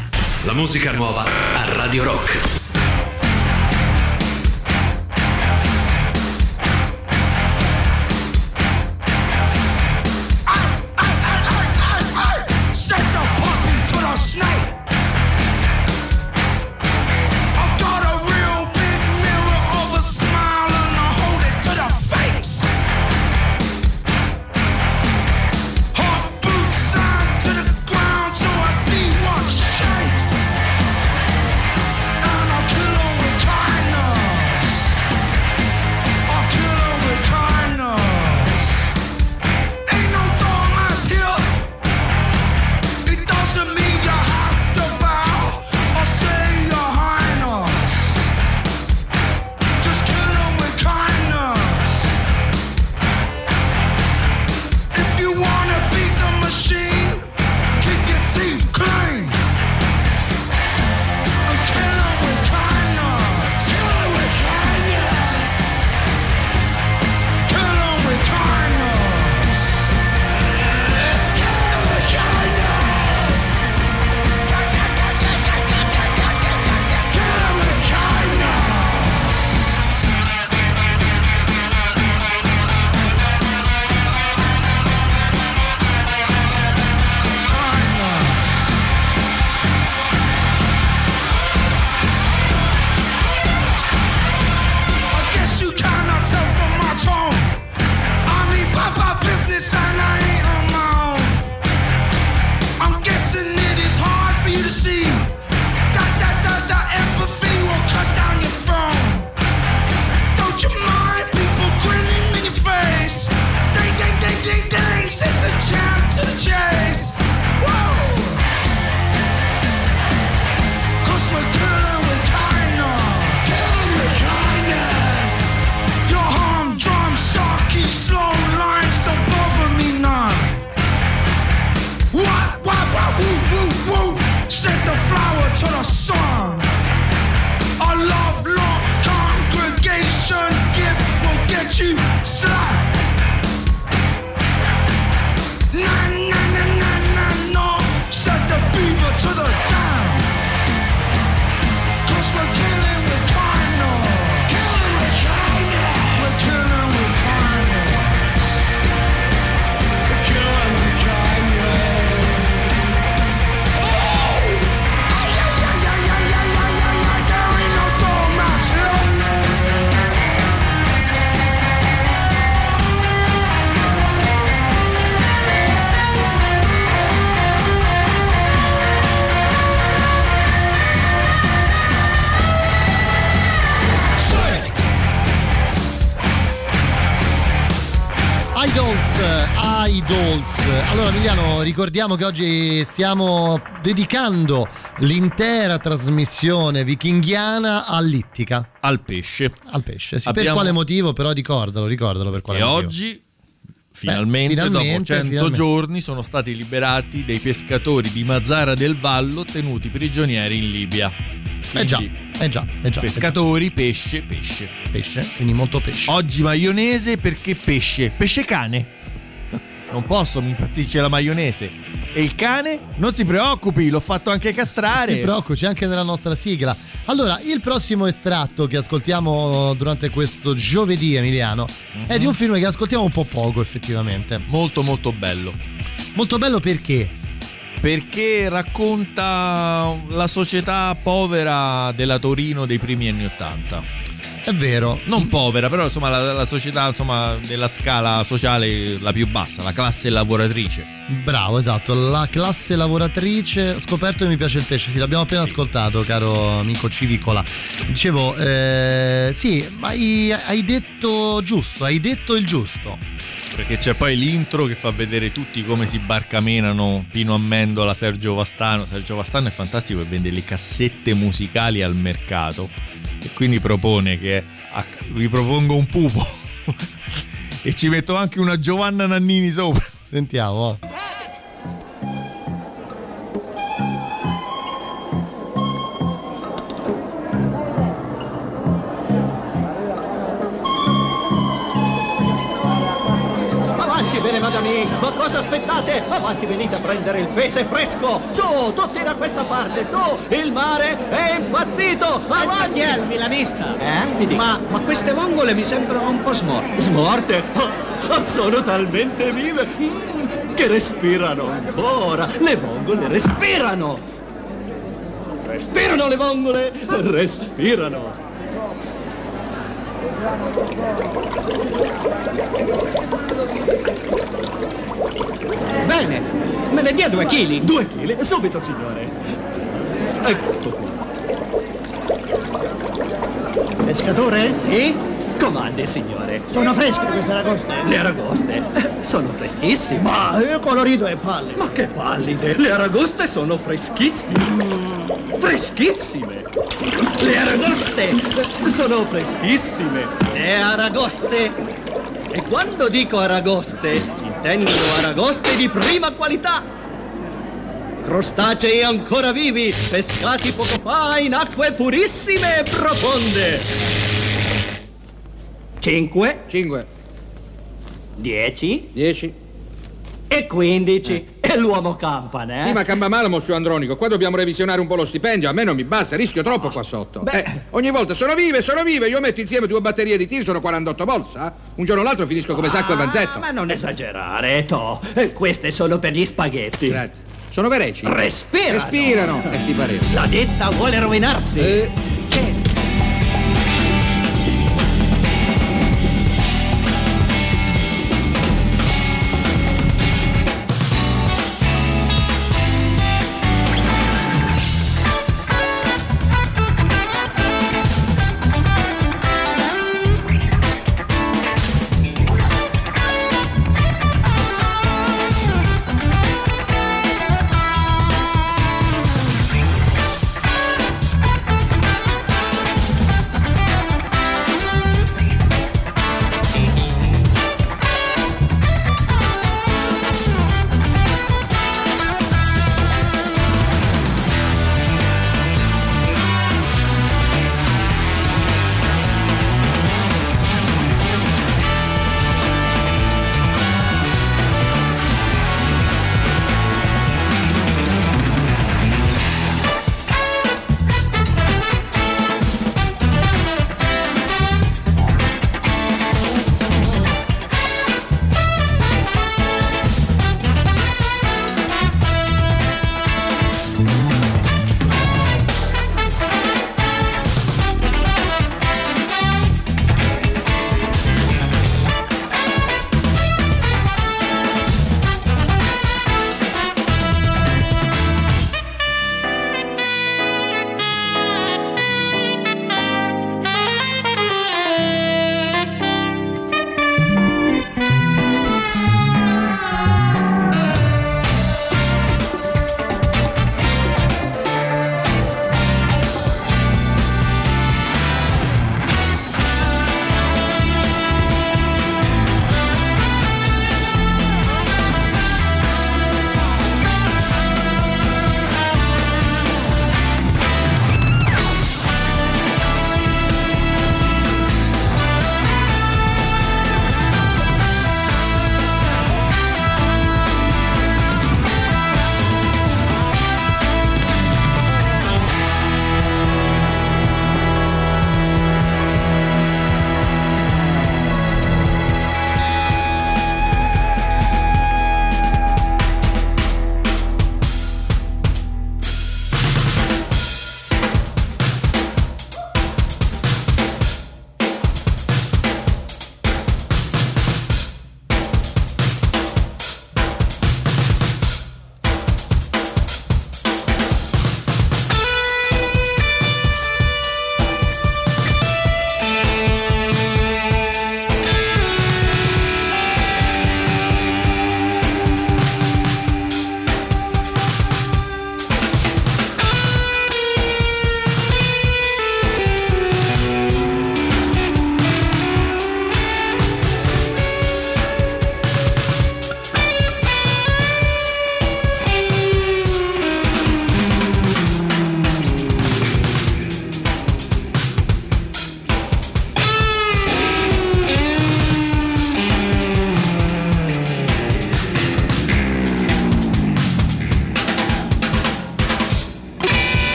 La musica nuova a Radio Rock. And I Idols. Allora Emiliano, ricordiamo che oggi stiamo dedicando l'intera trasmissione vichingiana all'ittica. Al pesce. Al pesce, sì. Abbiamo... Per quale motivo? Però ricordalo, ricordalo per quale e motivo. Oggi finalmente, Beh, finalmente dopo cento finalmente. giorni sono stati liberati dei pescatori di Mazara del Vallo tenuti prigionieri in Libia. Eh già, eh già, eh già. Pescatori, pesce, pesce. Pesce, quindi molto pesce. Oggi maionese perché pesce, pesce cane. Non posso, mi impazzisce la maionese. E il cane? Non si preoccupi, l'ho fatto anche castrare. Si preoccupi, c'è anche nella nostra sigla. Allora, il prossimo estratto che ascoltiamo durante questo giovedì, Emiliano, uh-huh. è di un film che ascoltiamo un po' poco, effettivamente. Molto molto bello. Molto bello perché? Perché racconta la società povera della Torino dei primi anni Ottanta. È vero. Non povera, però insomma la, la società insomma della scala sociale la più bassa, la classe lavoratrice. Bravo, esatto, la classe lavoratrice. Ho scoperto che mi piace il pesce, sì, l'abbiamo appena sì. ascoltato, caro amico Civicola. Dicevo, eh, sì, ma hai, hai detto giusto, hai detto il giusto. Perché c'è poi l'intro che fa vedere tutti come si barcamenano Pino Amendola, Sergio Vastano. Sergio Vastano è fantastico e vende le cassette musicali al mercato. E quindi propone che vi propongo un pupo e ci metto anche una Giovanna Nannini sopra. Sentiamo. Avanti, bene madami, ma cosa aspettate? Avanti, venite a prendere il pesce fresco. Su, tutti da questa parte, su, il mare è impazzito. Avanti, Senti, mi l'ha vista? Eh? Mi dica. Ma, ma queste vongole mi sembrano un po' smorte. Smorte? Oh, sono talmente vive mm, che respirano ancora. Le vongole respirano. Respirano le vongole, respirano. Bene, me ne dia due chili. Due chili? Subito, signore. Ecco qui. Pescatore? Sì? Comandi, signore. Sono fresche queste aragoste? Le aragoste sono freschissime. Ma il colorito è pallido. Ma che pallide! Le aragoste sono freschissime. Mm. Freschissime. Le aragoste sono freschissime. Le aragoste. E quando dico aragoste, intendo aragoste di prima qualità. Crostacei ancora vivi, pescati poco fa in acque purissime e profonde. Cinque. Cinque. Dieci. Dieci. E quindici. Eh. E l'uomo campana, eh? Sì, ma camba male, Monsieur Andronico. Qua dobbiamo revisionare un po' lo stipendio. A me non mi basta, rischio troppo qua sotto. Beh. Eh, ogni volta sono vive, sono vive. Io metto insieme due batterie di tir, sono quarantotto volt, sa? Un giorno o l'altro finisco come Sacco e Vanzetto. Ma non esagerare, to. Queste sono per gli spaghetti. Grazie. Sono vereci? Respirano. Respirano. E ti pareva? La ditta vuole rovinarsi. Eh. Che...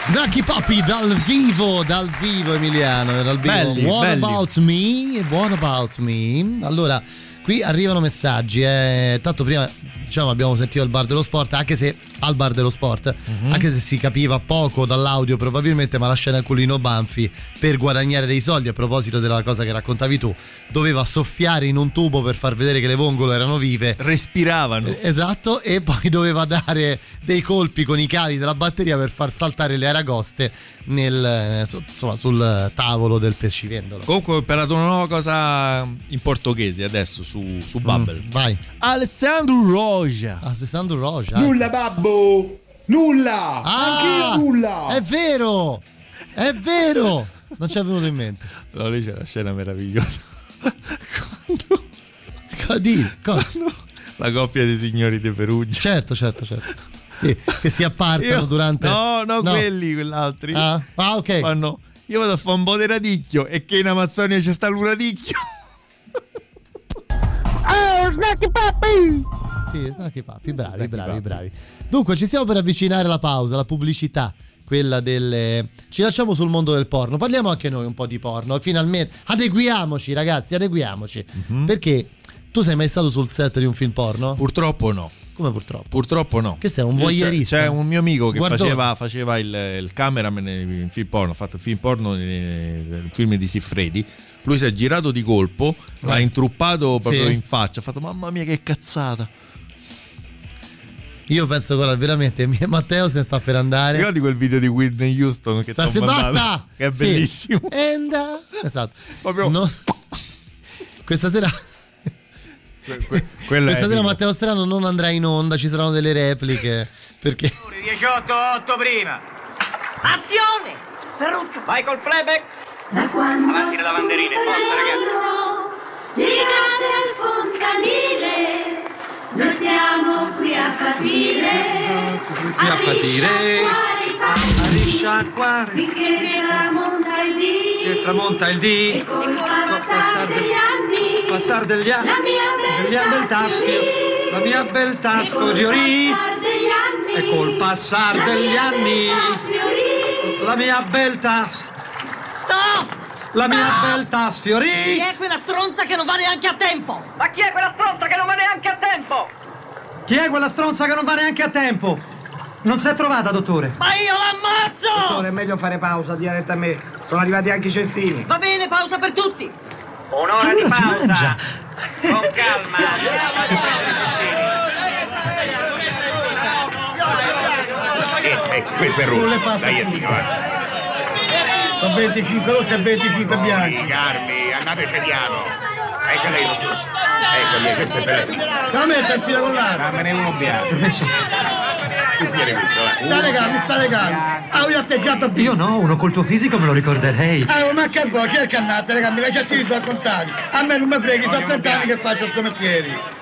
Snarky Puppy dal vivo, dal vivo Emiliano, dal vivo. Belli, What belli. about me? What about me? Allora, qui arrivano messaggi, eh. Tanto prima diciamo abbiamo sentito il bar dello sport, anche se al bar dello sport, mm-hmm. anche se si capiva poco dall'audio probabilmente, ma la scena a Culino Banfi per guadagnare dei soldi, a proposito della cosa che raccontavi tu, doveva soffiare in un tubo per far vedere che le vongole erano vive, respiravano, eh, esatto, e poi doveva dare dei colpi con i cavi della batteria per far saltare le aragoste nel, insomma, sul tavolo del pescivendolo. Comunque ho imparato una nuova cosa in portoghese adesso su, su Bubble. Mm, vai. Alessandro Roja. Alessandro Roja. Nulla babbo, nulla. Ah, anch'io nulla. È vero, è vero. Non ci è venuto in mente. No, lì c'è una scena meravigliosa. Quando... Cosa? Quando la coppia dei signori di Perugia. Certo, certo, certo. Sì, che si appartano io, durante. No, no, no, quelli, quell'altri. Ah, ah ok. Fanno, io vado a fare un po' di radicchio e che in Amazzonia c'è sta un radicchio. Oh, Snacky Papi! Sì, Snacky Papi, bravi, snacky bravi, papi. bravi. Dunque, ci stiamo per avvicinare alla pausa, la pubblicità, quella delle... Ci lasciamo sul mondo del porno, parliamo anche noi un po' di porno, finalmente. Adeguiamoci, ragazzi, adeguiamoci. Mm-hmm. Perché tu sei mai stato sul set di un film porno? Purtroppo no. Come purtroppo? Purtroppo no. Che sei un voyeurista? C'è un mio amico che Guardone. faceva, faceva il, il cameraman in film porno, ha fatto il film porno nel film di Siffredi. Lui si è girato di colpo, eh. l'ha intruppato proprio sì. in faccia, ha fatto mamma mia che cazzata. Io penso che veramente Matteo se ne sta per andare. Ricordi quel video di Whitney Houston che sta se basta che è sì. bellissimo. And, uh, esatto. Proprio no. Questa sera que- que- Questa sera Matteo Strano non andrà in onda, ci saranno delle repliche perché diciotto otto prima. Azione! Ferruccio, vai col playback. Da quando avanti le lavanderine, forza ragazzi. Legate al fontanile, noi siamo qui a patire, qui a patire, a risciacquare, finché tramonta il dì, che tramonta il dì, e col passar degli anni, passar degli anni, la mia beltà sfiorì, la mia beltà sfiorì, e col passar degli anni, la mia beltà, no! La mia beltà sfiorì! Chi è quella stronza che non va neanche a tempo? Ma chi è quella stronza che non va neanche a tempo? Chi è quella stronza che non va neanche a tempo? Non si è trovata, dottore? Ma io l'ammazzo! Dottore, è meglio fare pausa, dia retta a me. Sono arrivati anche i cestini. Va bene, pausa per tutti. Un'ora allora di pausa. Con calma. Eh, eh, questo è rosso. Dai, Enrico, basta. Sono venticinque rotti e venticinque bianchi. Carmi, andateci piano. Ecco lei, dottore. Ecco lì, questo è bello. La metta in fila con l'altro. Dammene uno bianco. Permesso. Tu vieni questo, vai. State calmi, state calmi. Ah, io atteggiato a Io no, uno col tuo fisico me lo ricorderei. Ah, ma che vuoi? Cerca annate, raga, mi lasciate i tuoi contati. A me non mi freghi, sono trent'anni che faccio sto mestiere.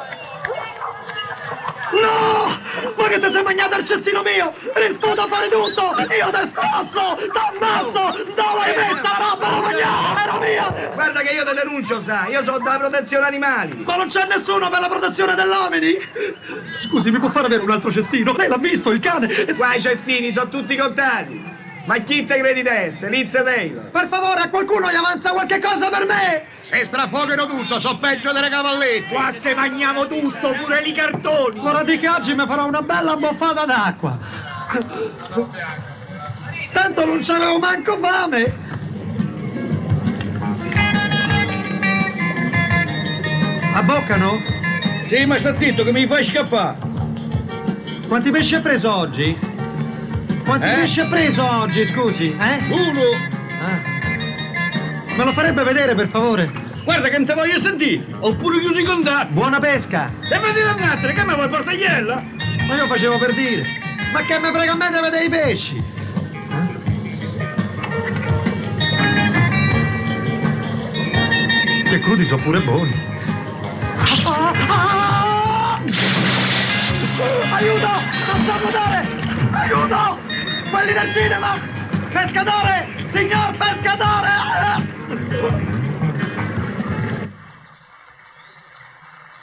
No! Ma che ti sei mangiato il cestino mio? Rispondo a fare tutto! Io te strozzo! T'ammazzo! Dove l'hai messa la roba da mangiare? Era mia! Guarda che io te denuncio, sai! Io sono da protezione animali! Ma non c'è nessuno per la protezione degli uomini? Scusi, mi può fare avere un altro cestino? Lei l'ha visto, il cane? Qua i cestini sono tutti contati! Ma chi te credi di essere? Liz Taylor? Per favore, a qualcuno gli avanza qualche cosa per me! Se strafogano tutto, so peggio delle cavalletti! Qua se mangiamo tutto, pure i cartoni! Guardate che oggi mi farò una bella boffata d'acqua! Tanto non c'avevo manco fame! Abboccano? Sì, ma sta zitto che mi fai scappare! Quanti pesci hai preso oggi? Quanti eh? pesci hai preso oggi, scusi? Eh? Uno! Ah. Me lo farebbe vedere, per favore? Guarda che non te voglio sentire! Oppure chiusi i contatti! Buona pesca! E vedi da un'altra, che me vuoi portagliella? Ma io facevo per dire! Ma che me frega a me di vedere i pesci? Eh? Che crudi sono pure buoni! Ah, ah! Aiuto! Non so nuotare! Aiuto! Quelli del cinema! Pescatore! Signor pescatore!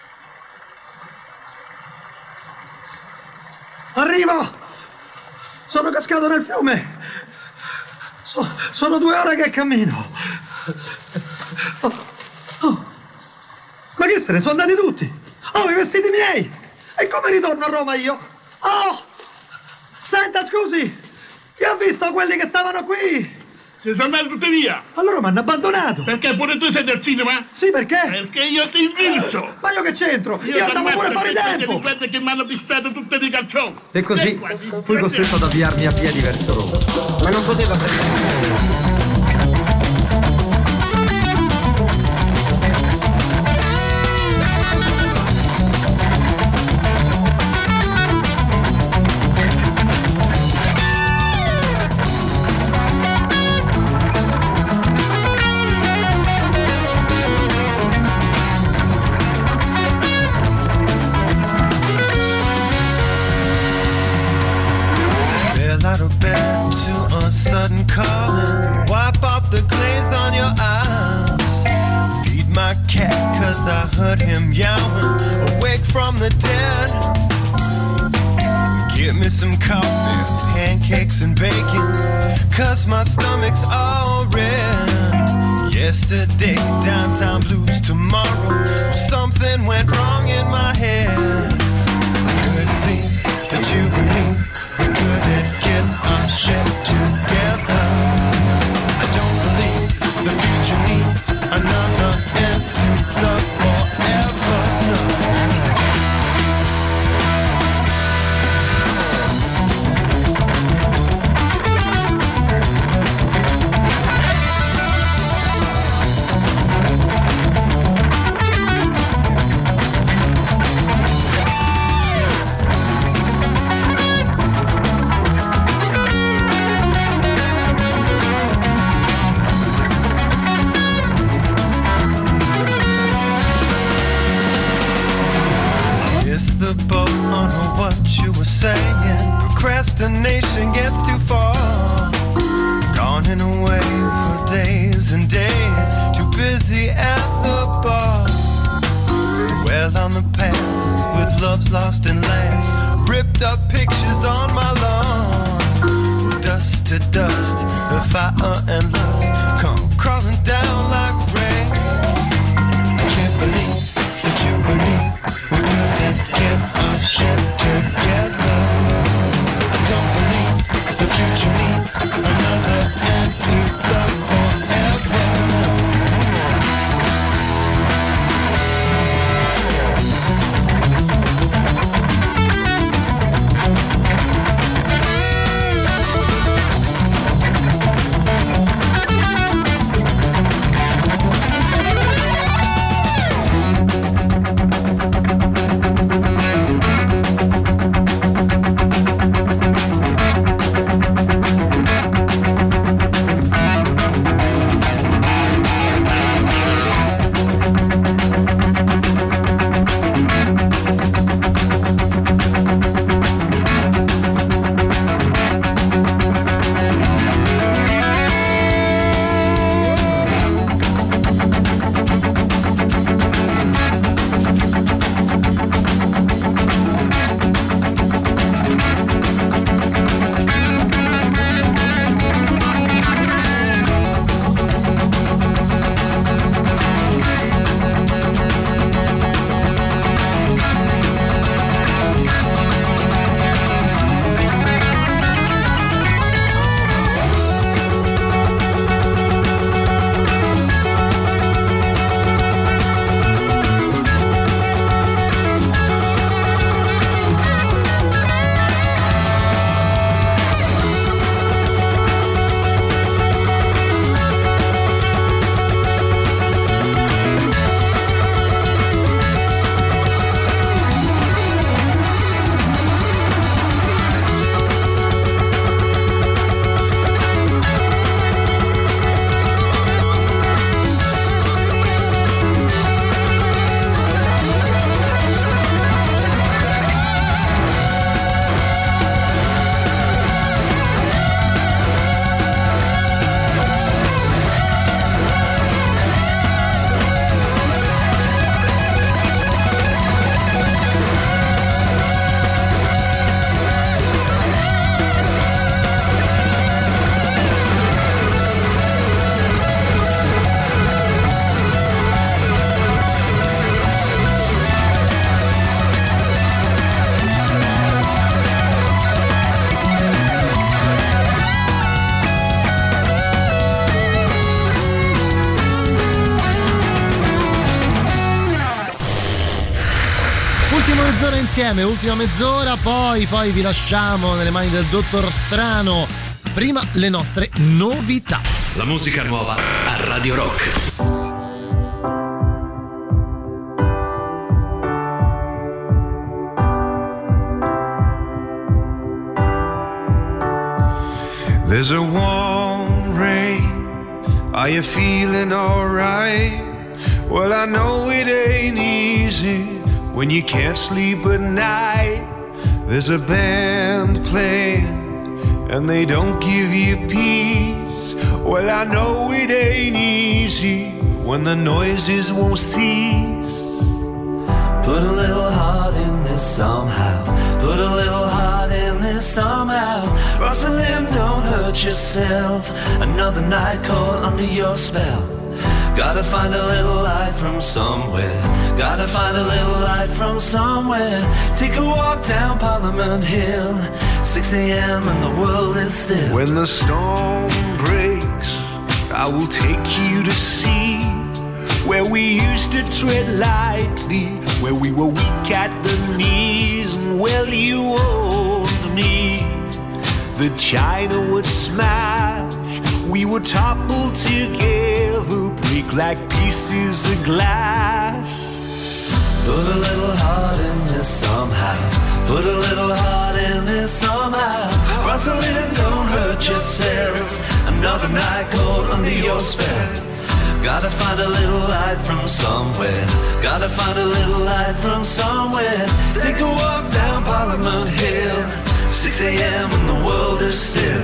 Arrivo! sono cascato nel fiume. So, sono due ore che cammino. Oh, oh. Ma che se ne sono andati tutti? Oh, i vestiti miei! E come ritorno a Roma io? Oh! Senta, scusi! Io ho visto quelli che stavano qui! Si sono andati tutti via! Allora mi hanno abbandonato! Perché pure tu sei del cinema? Sì, perché? Perché io ti invilso! Ma io che c'entro? Io, io andavo pure fuori tempo! Guarda che mi hanno pistato tutte di calcione! E così fui costretto ad avviarmi a piedi verso Roma. Ma non poteva prendere. Sudden calling, wipe off the glaze on your eyes. Feed my cat cause I heard him yowling, awake from the dead. Give me some coffee, pancakes and bacon, cause my stomach's all red. Yesterday, downtown blues, tomorrow something went wrong in my head. I couldn't see that you and me, we couldn't get our shit together. I don't believe the future needs another end to the forever. No. The boat on what you were saying. Procrastination gets too far. Gone and away for days and days. Too busy at the bar. Dwell on the past with love's lost and last. Ripped up pictures on my lawn. Dust to dust, the fire and lust come crawling down like rain. I can't believe that you and me, we couldn't get our shit together. I don't believe the future needs another end to the forever. No. Mezz'ora insieme, ultima mezz'ora, poi, poi vi lasciamo nelle mani del Dottor Strano. Prima le nostre novità. La musica nuova a Radio Rock. There's a warm rain. Are you feeling alright? Well, I know it ain't easy when you can't sleep at night. There's a band playing and they don't give you peace. Well, I know it ain't easy when the noises won't cease. Put a little heart in this somehow. Put a little heart in this somehow. Rosalind, don't hurt yourself. Another night caught under your spell. Gotta find a little light from somewhere. Gotta find a little light from somewhere. Take a walk down Parliament Hill. six a.m. and the world is still. When the storm breaks, I will take you to see where we used to tread lightly, where we were weak at the knees, and well, you owned me. The china would smash, we would topple together, break like pieces of glass. Put a little heart in this somehow. Put a little heart in this somehow. Rosalind, don't hurt yourself. Another night caught under your spell. Gotta find a little light from somewhere. Gotta find a little light from somewhere. Take a walk down Parliament Hill. six a.m. and the world is still.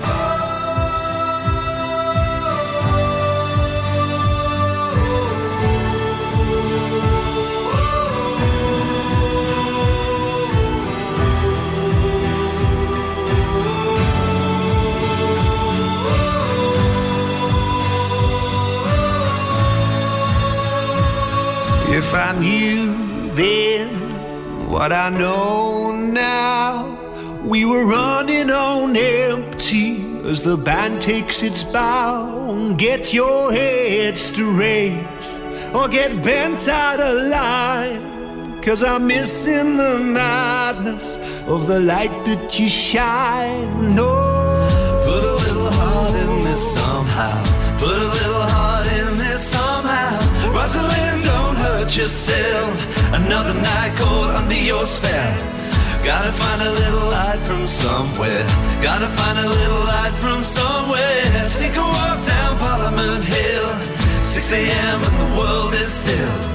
If I knew then what I know now, we were running on empty as the band takes its bow. Get your head straight or get bent out of line, 'cause I'm missing the madness of the light that you shine. No. Put a little heart in this somehow. Put a little heart in this somehow. Rosalind, don't hurt yourself. Another night caught under your spell. Gotta find a little light from somewhere. Gotta find a little light from somewhere. Take a walk down Parliament Hill. six a.m. and the world is still.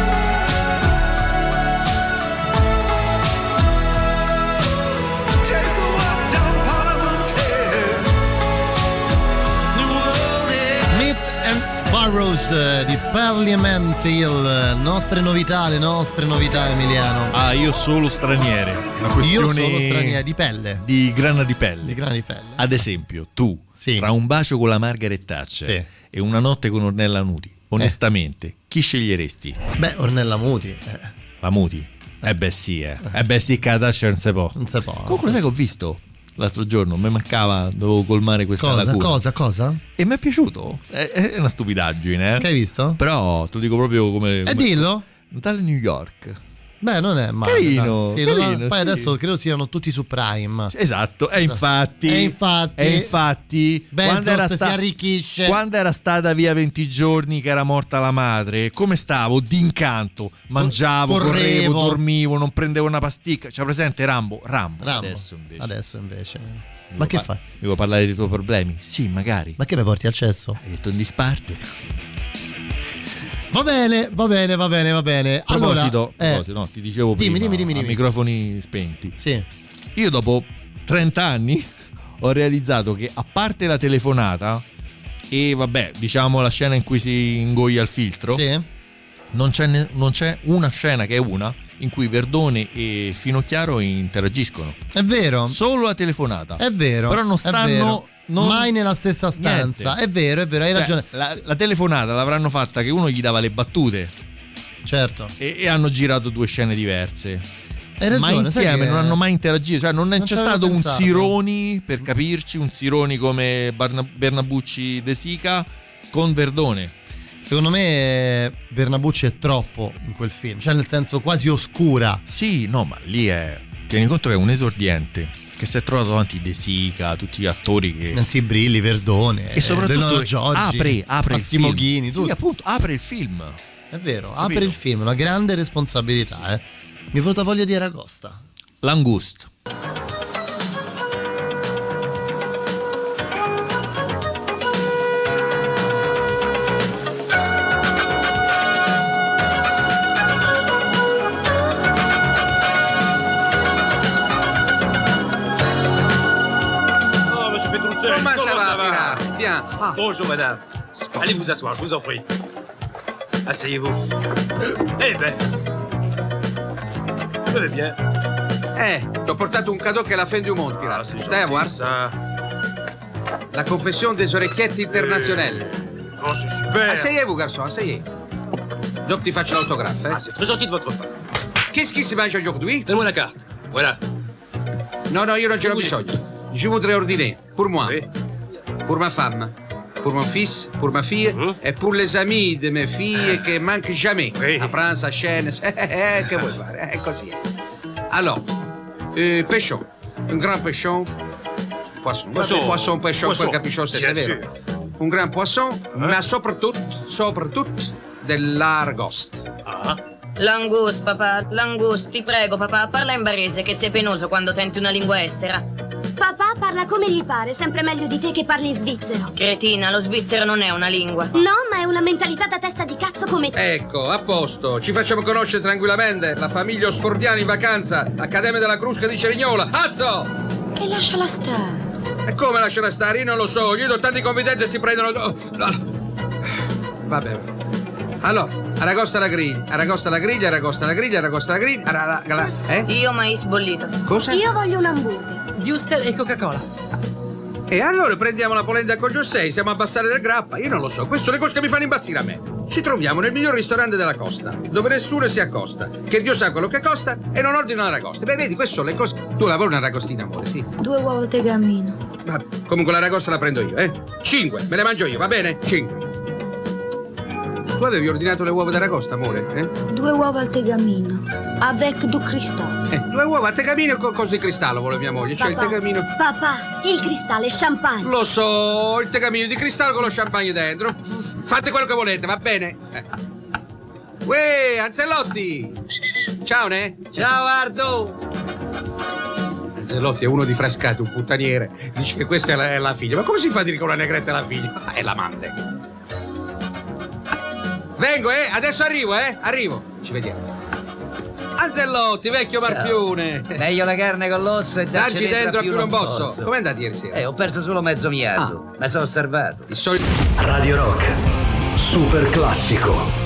Sparrows di Parliament Hill. Nostre novità, le nostre novità, Emiliano. Ah, io solo straniere. Una questione io solo straniere di pelle. Di grana di pelle. Di grana di pelle. Ad esempio, tu, sì. tra un bacio con la Margaret Thatcher, sì, e una notte con Ornella Muti, onestamente, eh. chi sceglieresti? Beh, Ornella Muti. Eh. La Muti? Eh beh sì, eh. Eh beh sì, che la Thatcher non si può. Non si può. Comunque sai che ho visto l'altro giorno, mi mancava, dovevo colmare questa cosa, lacuna. Cosa, cosa? E mi è piaciuto. È, è una stupidaggine, eh. Che hai visto? Però te lo dico proprio come... E come dillo? Natale New York. Beh, non è male. Carino, sì, carino, non, poi sì. adesso credo siano tutti su Prime. Esatto, e infatti E infatti E infatti quando era, sta- si arricchisce. quando era stata via venti giorni che era morta la madre, come stavo? D'incanto. Mangiavo, Correvo. correvo, dormivo, non prendevo una pasticca. C'è presente Rambo? Rambo, Rambo. Adesso invece Adesso invece Mi Ma vuoi che pa- fai? Mi vuoi parlare dei tuoi problemi? Sì, magari. Ma che mi porti al cesso? Hai detto in disparte. Va bene, va bene, va bene, va bene. A proposito, allora, eh, proposito, no, ti dicevo dimmi, prima, dimmi, dimmi, a dimmi. microfoni spenti. Sì. Io dopo trenta anni ho realizzato che, a parte la telefonata e vabbè, diciamo la scena in cui si ingoia il filtro, sì, non c'è, ne- non c'è una scena che è una in cui Verdone e Finocchiaro interagiscono. È vero. Solo la telefonata. È vero. Però non è stanno vero. non- mai nella stessa stanza. Niente. È vero, è vero, hai Cioè, ragione. La, la telefonata l'avranno fatta che uno gli dava le battute. Certo. E, e hanno girato due scene diverse. Hai ragione, Ma insieme sai che- non hanno mai interagito. Cioè non, è- Non c'è ci avevo stato pensato. un Sironi, per capirci, un Sironi come Barna- Bernabucci De Sica con Verdone. secondo me Bernabucci è troppo in quel film, cioè nel senso quasi oscura. Sì, no, ma lì è, tieni conto che è un esordiente che si è trovato davanti De Sica, tutti gli attori che Nancy Brilli, Verdone e soprattutto Giorgi, apre, apre Massimo il film. Ghini, sì, appunto apre il film, è vero, capito? apre il film, una grande responsabilità, eh. Mi è venuta voglia di Aragosta. Langust. Comment ça va, Pilar? Bien. Ah. Bonjour, madame. Allez vous asseoir, je vous en prie. Asseyez-vous. Eh ben. Je vais bien. Eh, ti ho portato un cadeau che è la fin du monde, Pilar. Ah, Stai a voir. Ça. La confession des orecchietti internazionali. Oh, c'est super. Asseyez-vous, garçon, asseyez. Donc ti faccio l'autographe, eh? Ah, c'est très gentil de votre part. Qu'est-ce qui si mange aujourd'hui? Donne-moi la carte. Voilà. No, no, io non ce l'ho Oui. bisogno. Je voudrais ordiner, pour moi, Oui. pour ma femme, pour mon fils, pour ma fille, Mhm. et pour les amis de mes filles che manquent jamais. Oui. A pranzo, a cena, eh, che vuoi fare? È così. Alors, euh, pêchon, un grand pêchon, poisson, Poisson. Vabbè, poisson, pêchon, Poisson. quel capisce lo stesso, è Bien vero. Un gran poisson, ma soprattutto, soprattutto dell'argost. Ah. Langus, papà, Langus, ti prego, papà, parla in barese che sei penoso quando tenti una lingua estera. Papà parla come gli pare, sempre meglio di te che parli svizzero. Cretina, lo svizzero non è una lingua. No, ma è una mentalità da testa di cazzo come te. Ecco, a posto, ci facciamo conoscere tranquillamente. La famiglia Sfordiani in vacanza, Accademia della Crusca di Cerignola. Azzo! E lasciala stare. E come lasciala stare? Io non lo so, gli do tanti confidenze e si prendono. Oh, no. Vabbè. Allora, aragosta alla griglia, aragosta alla griglia, aragosta alla griglia, aragosta alla griglia. Ara, ara, eh? Io mais bollito. Cosa? Io voglio un hamburger. Wurstel e Coca-Cola. E allora prendiamo la polenta con Giussei, siamo a Bassare del Grappa. Io non lo so, queste sono le cose che mi fanno impazzire a me. Ci troviamo nel miglior ristorante della costa, dove nessuno si accosta, che Dio sa quello che costa e non ordina l'aragosta. Beh, vedi, queste sono le cose. Tu lavori una aragostina, amore, sì. Due uova al tegamino. Vabbè, comunque l'aragosta la prendo io, eh? Cinque, me le mangio io, va bene? Cinque. Tu avevi ordinato le uova d'aragosta, amore, eh? Due uova al tegamino. Avec du cristallo. Eh, due uova a tegamino e con coso di cristallo, vuole mia moglie. Cioè Papà, il tegamino. Papà, il cristallo è champagne. Lo so, il tegamino di cristallo con lo champagne dentro. F- Fate quello che volete, va bene? Eh. Uè, Anzellotti! Ciao, ne? Ciao, Ardo! Anzellotti è uno di Frascati, un puttaniere. Dice che questa è la, è la figlia. Ma come si fa a dire che una negretta è la figlia? Ah, è l'amante. Vengo, eh? Adesso arrivo, eh? Arrivo. Ci vediamo. Anzellotti, vecchio Ciao. Marpione. Meglio la carne con l'osso e darci Daggi dentro a più non posso. posso. Com'è andato ieri sera? Eh, ho perso solo mezzo miliardo. Ma sono osservato. Il solito. Radio Rock, super classico.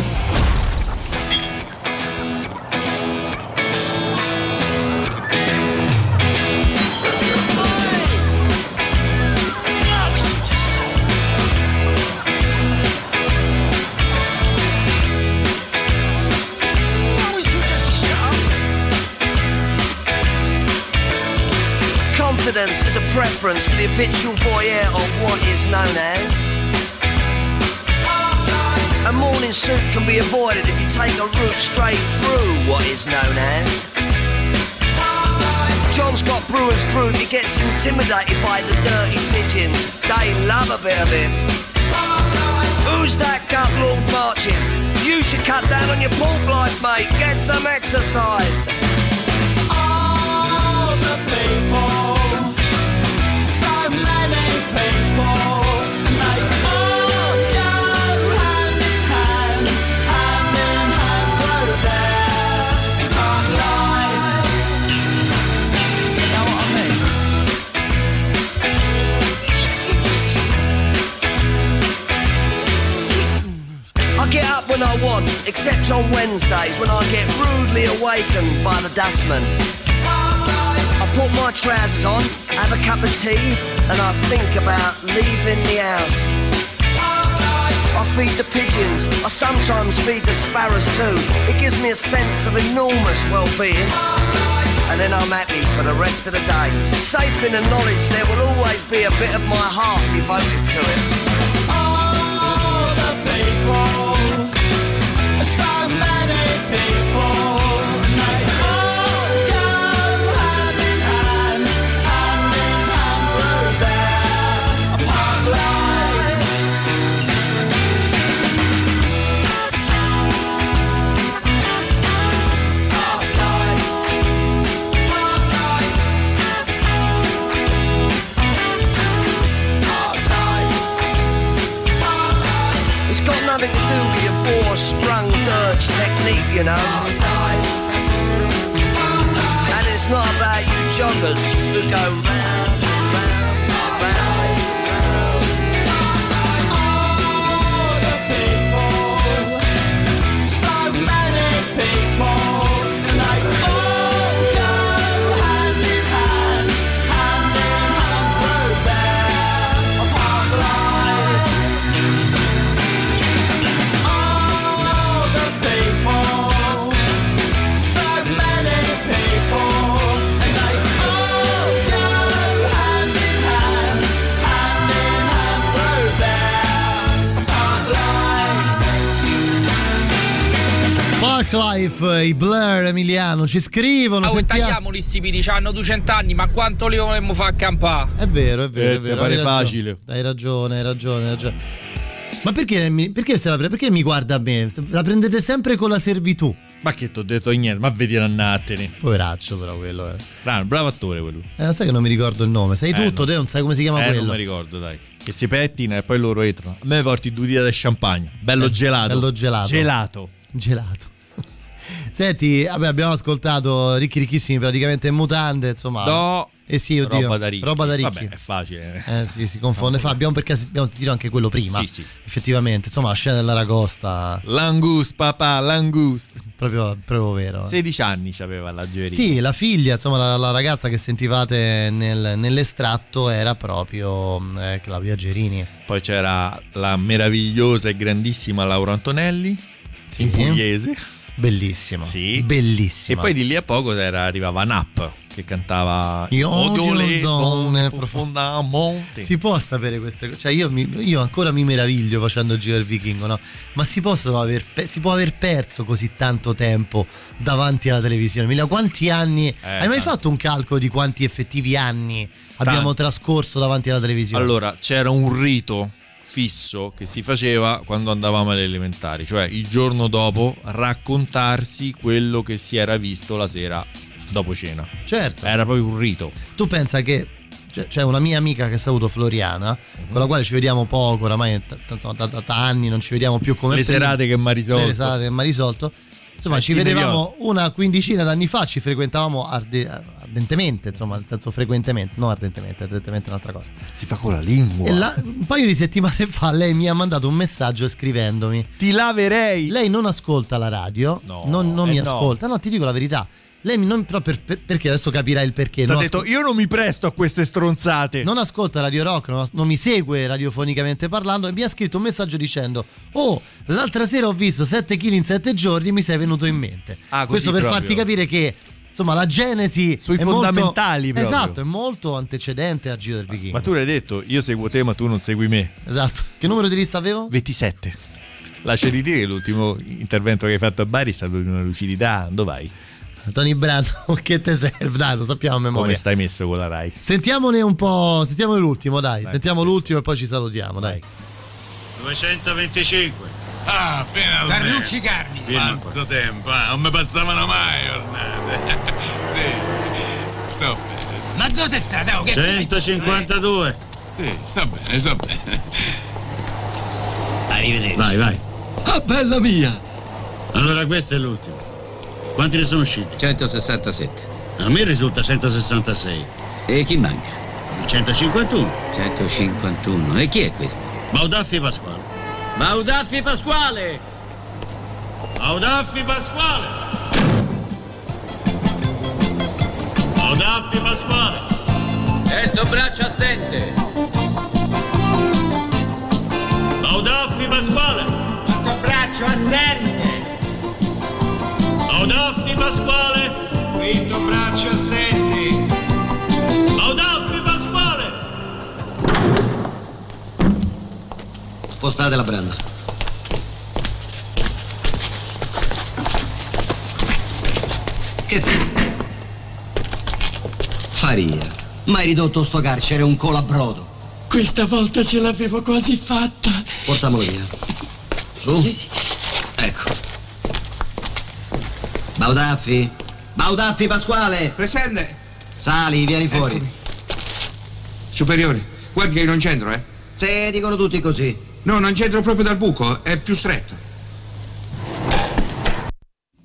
Confidence is a preference for the habitual voyeur of what is known as. A morning suit can be avoided if you take a route straight through what is known as. John's got brewer's fruit, he gets intimidated by the dirty pigeons. They love a bit of him. Who's that gut lord marching? You should cut down on your pork life, mate. Get some exercise. All the people, so many people, like all go hand in hand, hand in hand through their life. You know what I mean? I get up when I want, except on Wednesdays when I get rudely awakened by the dustman. I put my trousers on, have a cup of tea, and I think about leaving the house. I feed the pigeons, I sometimes feed the sparrows too. It gives me a sense of enormous well-being. And then I'm happy for the rest of the day, safe in the knowledge there will always be a bit of my heart devoted to it. All the people, I sprung dirge technique, you know. And it's not about you joggers who go round, round, round, round. All the people, so many people, and they all go hand in hand, hand in hand through their park line. All the people, so many people, and they all go hand in hand, hand in hand through their park line. Park Life, i Blur, Emiliano, ci scrivono. Oh, sentiamo- tagliamoli sti piti, hanno duecento anni, ma quanto li volemmo far campare? È vero, è vero, Eh, è vero. pare hai ragione. facile. Hai ragione, hai ragione, hai ragione. Ma perché mi, perché, se la, pre- perché mi guarda a me? La prendete sempre con la servitù. Ma che t'ho detto niente, ma vedi annattene. Poveraccio però quello è. Bravo, bravo attore quello. Eh, sai che non mi ricordo il nome. Sai Eh, tutto, no. te non sai come si chiama eh, quello. non mi ricordo, dai. Che si pettina e poi loro entrano. A me porti due dita di champagne. Bello Eh, gelato. bello gelato. Gelato. Gelato. Senti, vabbè, abbiamo ascoltato Ricchi Ricchissimi praticamente in mutande, insomma. No. Eh sì, oddio. Roba da ricchi. Roba da ricchi. Vabbè, è facile. Eh sì, si confonde. Fa, abbiamo perché abbiamo sentito anche quello prima. Sì, sì. Effettivamente, insomma, la scena dell'Aragosta. Langus, papà, Langus. Proprio, proprio vero. sedici anni c'aveva la Gioverini. Sì, la figlia, insomma, la, la ragazza che sentivate nel- nell'estratto era proprio eh, Claudia Gerini. Poi c'era la meravigliosa e grandissima Laura Antonelli. Sì. In pugliese. Bellissima. Sì. Bellissima. E poi di lì a poco era, arrivava Nap che cantava Io odio Odio le le donne donne profondamente. Si può sapere queste cose? Cioè io, mi- io ancora mi meraviglio facendo il giro del vichingo, no? Ma si possono aver pe- si può aver perso così tanto tempo davanti alla televisione? Mila, quanti anni? Hai mai tanti. fatto un calcolo di quanti effettivi anni abbiamo Tanti. trascorso davanti alla televisione? Allora, c'era un rito fisso che si faceva quando andavamo alle elementari, cioè il giorno dopo raccontarsi quello che si era visto la sera dopo cena. Certo. Era proprio un rito. Tu pensa che c'è- c'è una mia amica che saluto, Floriana, con la quale ci vediamo poco, oramai t- t- da, da- da anni non ci vediamo più come Le prima. serate che m'ha risolto. Le serate che mi ha risolto. Insomma, Eh, ci sì, vedevamo una quindicina d'anni fa, ci frequentavamo arde- ardentemente, insomma, nel senso frequentemente, non ardentemente, ardentemente è un'altra cosa. Si fa con la lingua. E la- un paio di settimane fa lei mi ha mandato un messaggio scrivendomi: ti laverei. Lei non ascolta la radio, No, non, non eh mi no. ascolta, no, ti dico la verità. Lei mi- non, però per- per- perché adesso capirai il perché. Ti ha non detto, ascol- io non mi presto a queste stronzate. non ascolta Radio Rock, non, non mi segue radiofonicamente parlando e mi ha scritto un messaggio dicendo: oh, l'altra sera ho visto sette chili in sette giorni, mi sei venuto in mente. Ah, così Questo per proprio. farti capire che insomma la genesi Sui è fondamentali molto, proprio. esatto, è molto antecedente al Giro del Vichingo. Ma tu l'hai detto, io seguo te ma tu non segui me. Esatto. Che numero di lista avevo? ventisette. Lascia di dire che l'ultimo intervento che hai fatto a Bari è stato di una lucidità. Dove vai? Tony Brando, che te serve? Dai, lo sappiamo a memoria. Come stai messo con la Rai? Sentiamone un po', sentiamone l'ultimo, dai. Dai, Sentiamo l'ultimo e poi ci salutiamo, dai. duecentoventicinque. Ah, appena Carlucci Carni. Quanto tempo, ah, non mi passavano mai giornate. Sì, sto bene. Ma dove sei stata? Oh, che centocinquantadue. Sì, sta bene, sta bene. Arrivederci. Vai, vai. Ah, bella mia! Allora questo è l'ultimo. Quanti ne sono usciti? centosessantasette. A me risulta centosessantasei. E chi manca? centocinquantuno. centocinquantuno. E chi è questo? Baudaffi Pasquale. Baudaffi Pasquale! Baudaffi Pasquale. Baudaffi Pasquale. Destro braccio assente. Baudaffi Pasquale. Quinto braccio assente. Baudaffi Pasquale. Quinto braccio assente. Baudaffi Pasquale. Spostate la branda. Che fai? Faria. Ma hai ridotto sto carcere un colabrodo. Questa volta ce l'avevo quasi fatta. Portamolo via. Su. Ecco. Baudaffi. Baudaffi Pasquale. Presente. Sali, vieni fuori. Eccomi. Superiore, guardi che io non c'entro, eh. Se dicono tutti così. No, non c'entro proprio dal buco, è più stretto.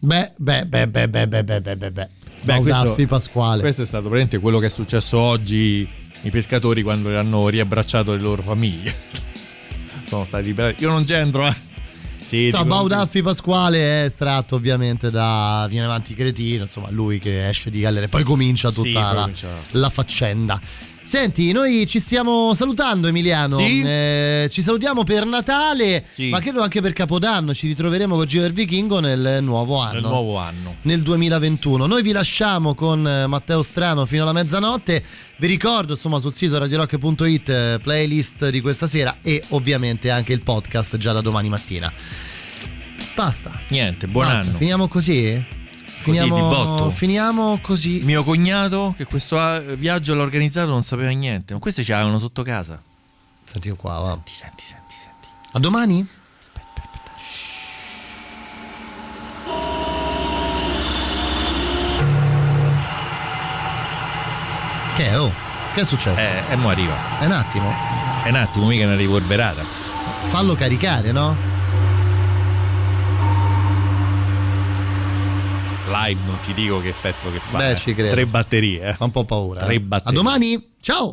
Beh, beh, beh, beh, beh, beh, beh, beh, beh. Beh, questo, Pasquale. Questo è stato praticamente quello che è successo oggi i pescatori quando hanno riabbracciato le loro famiglie. Sono stati liberati. Io non c'entro, eh. Sì, so, Baudaffi Pasquale è estratto ovviamente da Viene avanti cretino, insomma lui che esce di galera e poi comincia tutta sì, la, poi comincia... la faccenda. Senti, noi ci stiamo salutando, Emiliano. Sì? Eh, ci salutiamo per Natale, sì. ma credo anche per Capodanno. Ci ritroveremo con Giro del Vichingo nel nuovo anno. Nel nuovo anno. Nel duemilaventuno. Noi vi lasciamo con Matteo Strano fino alla mezzanotte. Vi ricordo, insomma, sul sito radio rock punto it playlist di questa sera e ovviamente anche il podcast già da domani mattina. Basta. Niente, buon Basta. anno. Finiamo così? Finiamo, così di botto. Finiamo così. Mio cognato che questo viaggio l'ha organizzato non sapeva niente, ma questi ce l'avevano sotto casa. Senti qua, va. Senti, senti, senti, senti. A domani? Aspetta, aspetta. Che è? Oh, che è successo? Eh, e mo arriva. È un attimo. È un attimo, mica una riverberata. Fallo caricare, no? Live non ti dico che effetto che fa. Beh, eh. ci credo. Tre batterie, eh. Fa un po' paura. Tre eh. batterie. A domani. Ciao.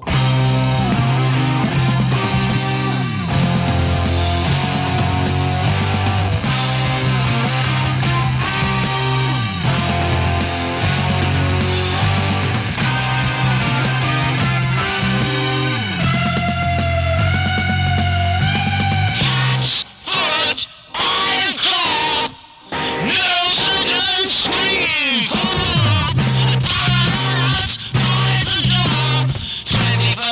Twenty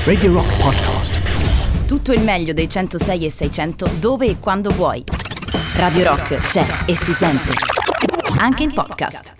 Radio Rock Podcast. Tutto il meglio dei centosei e seicento dove e quando vuoi. Radio Rock c'è e si sente. Anche in podcast.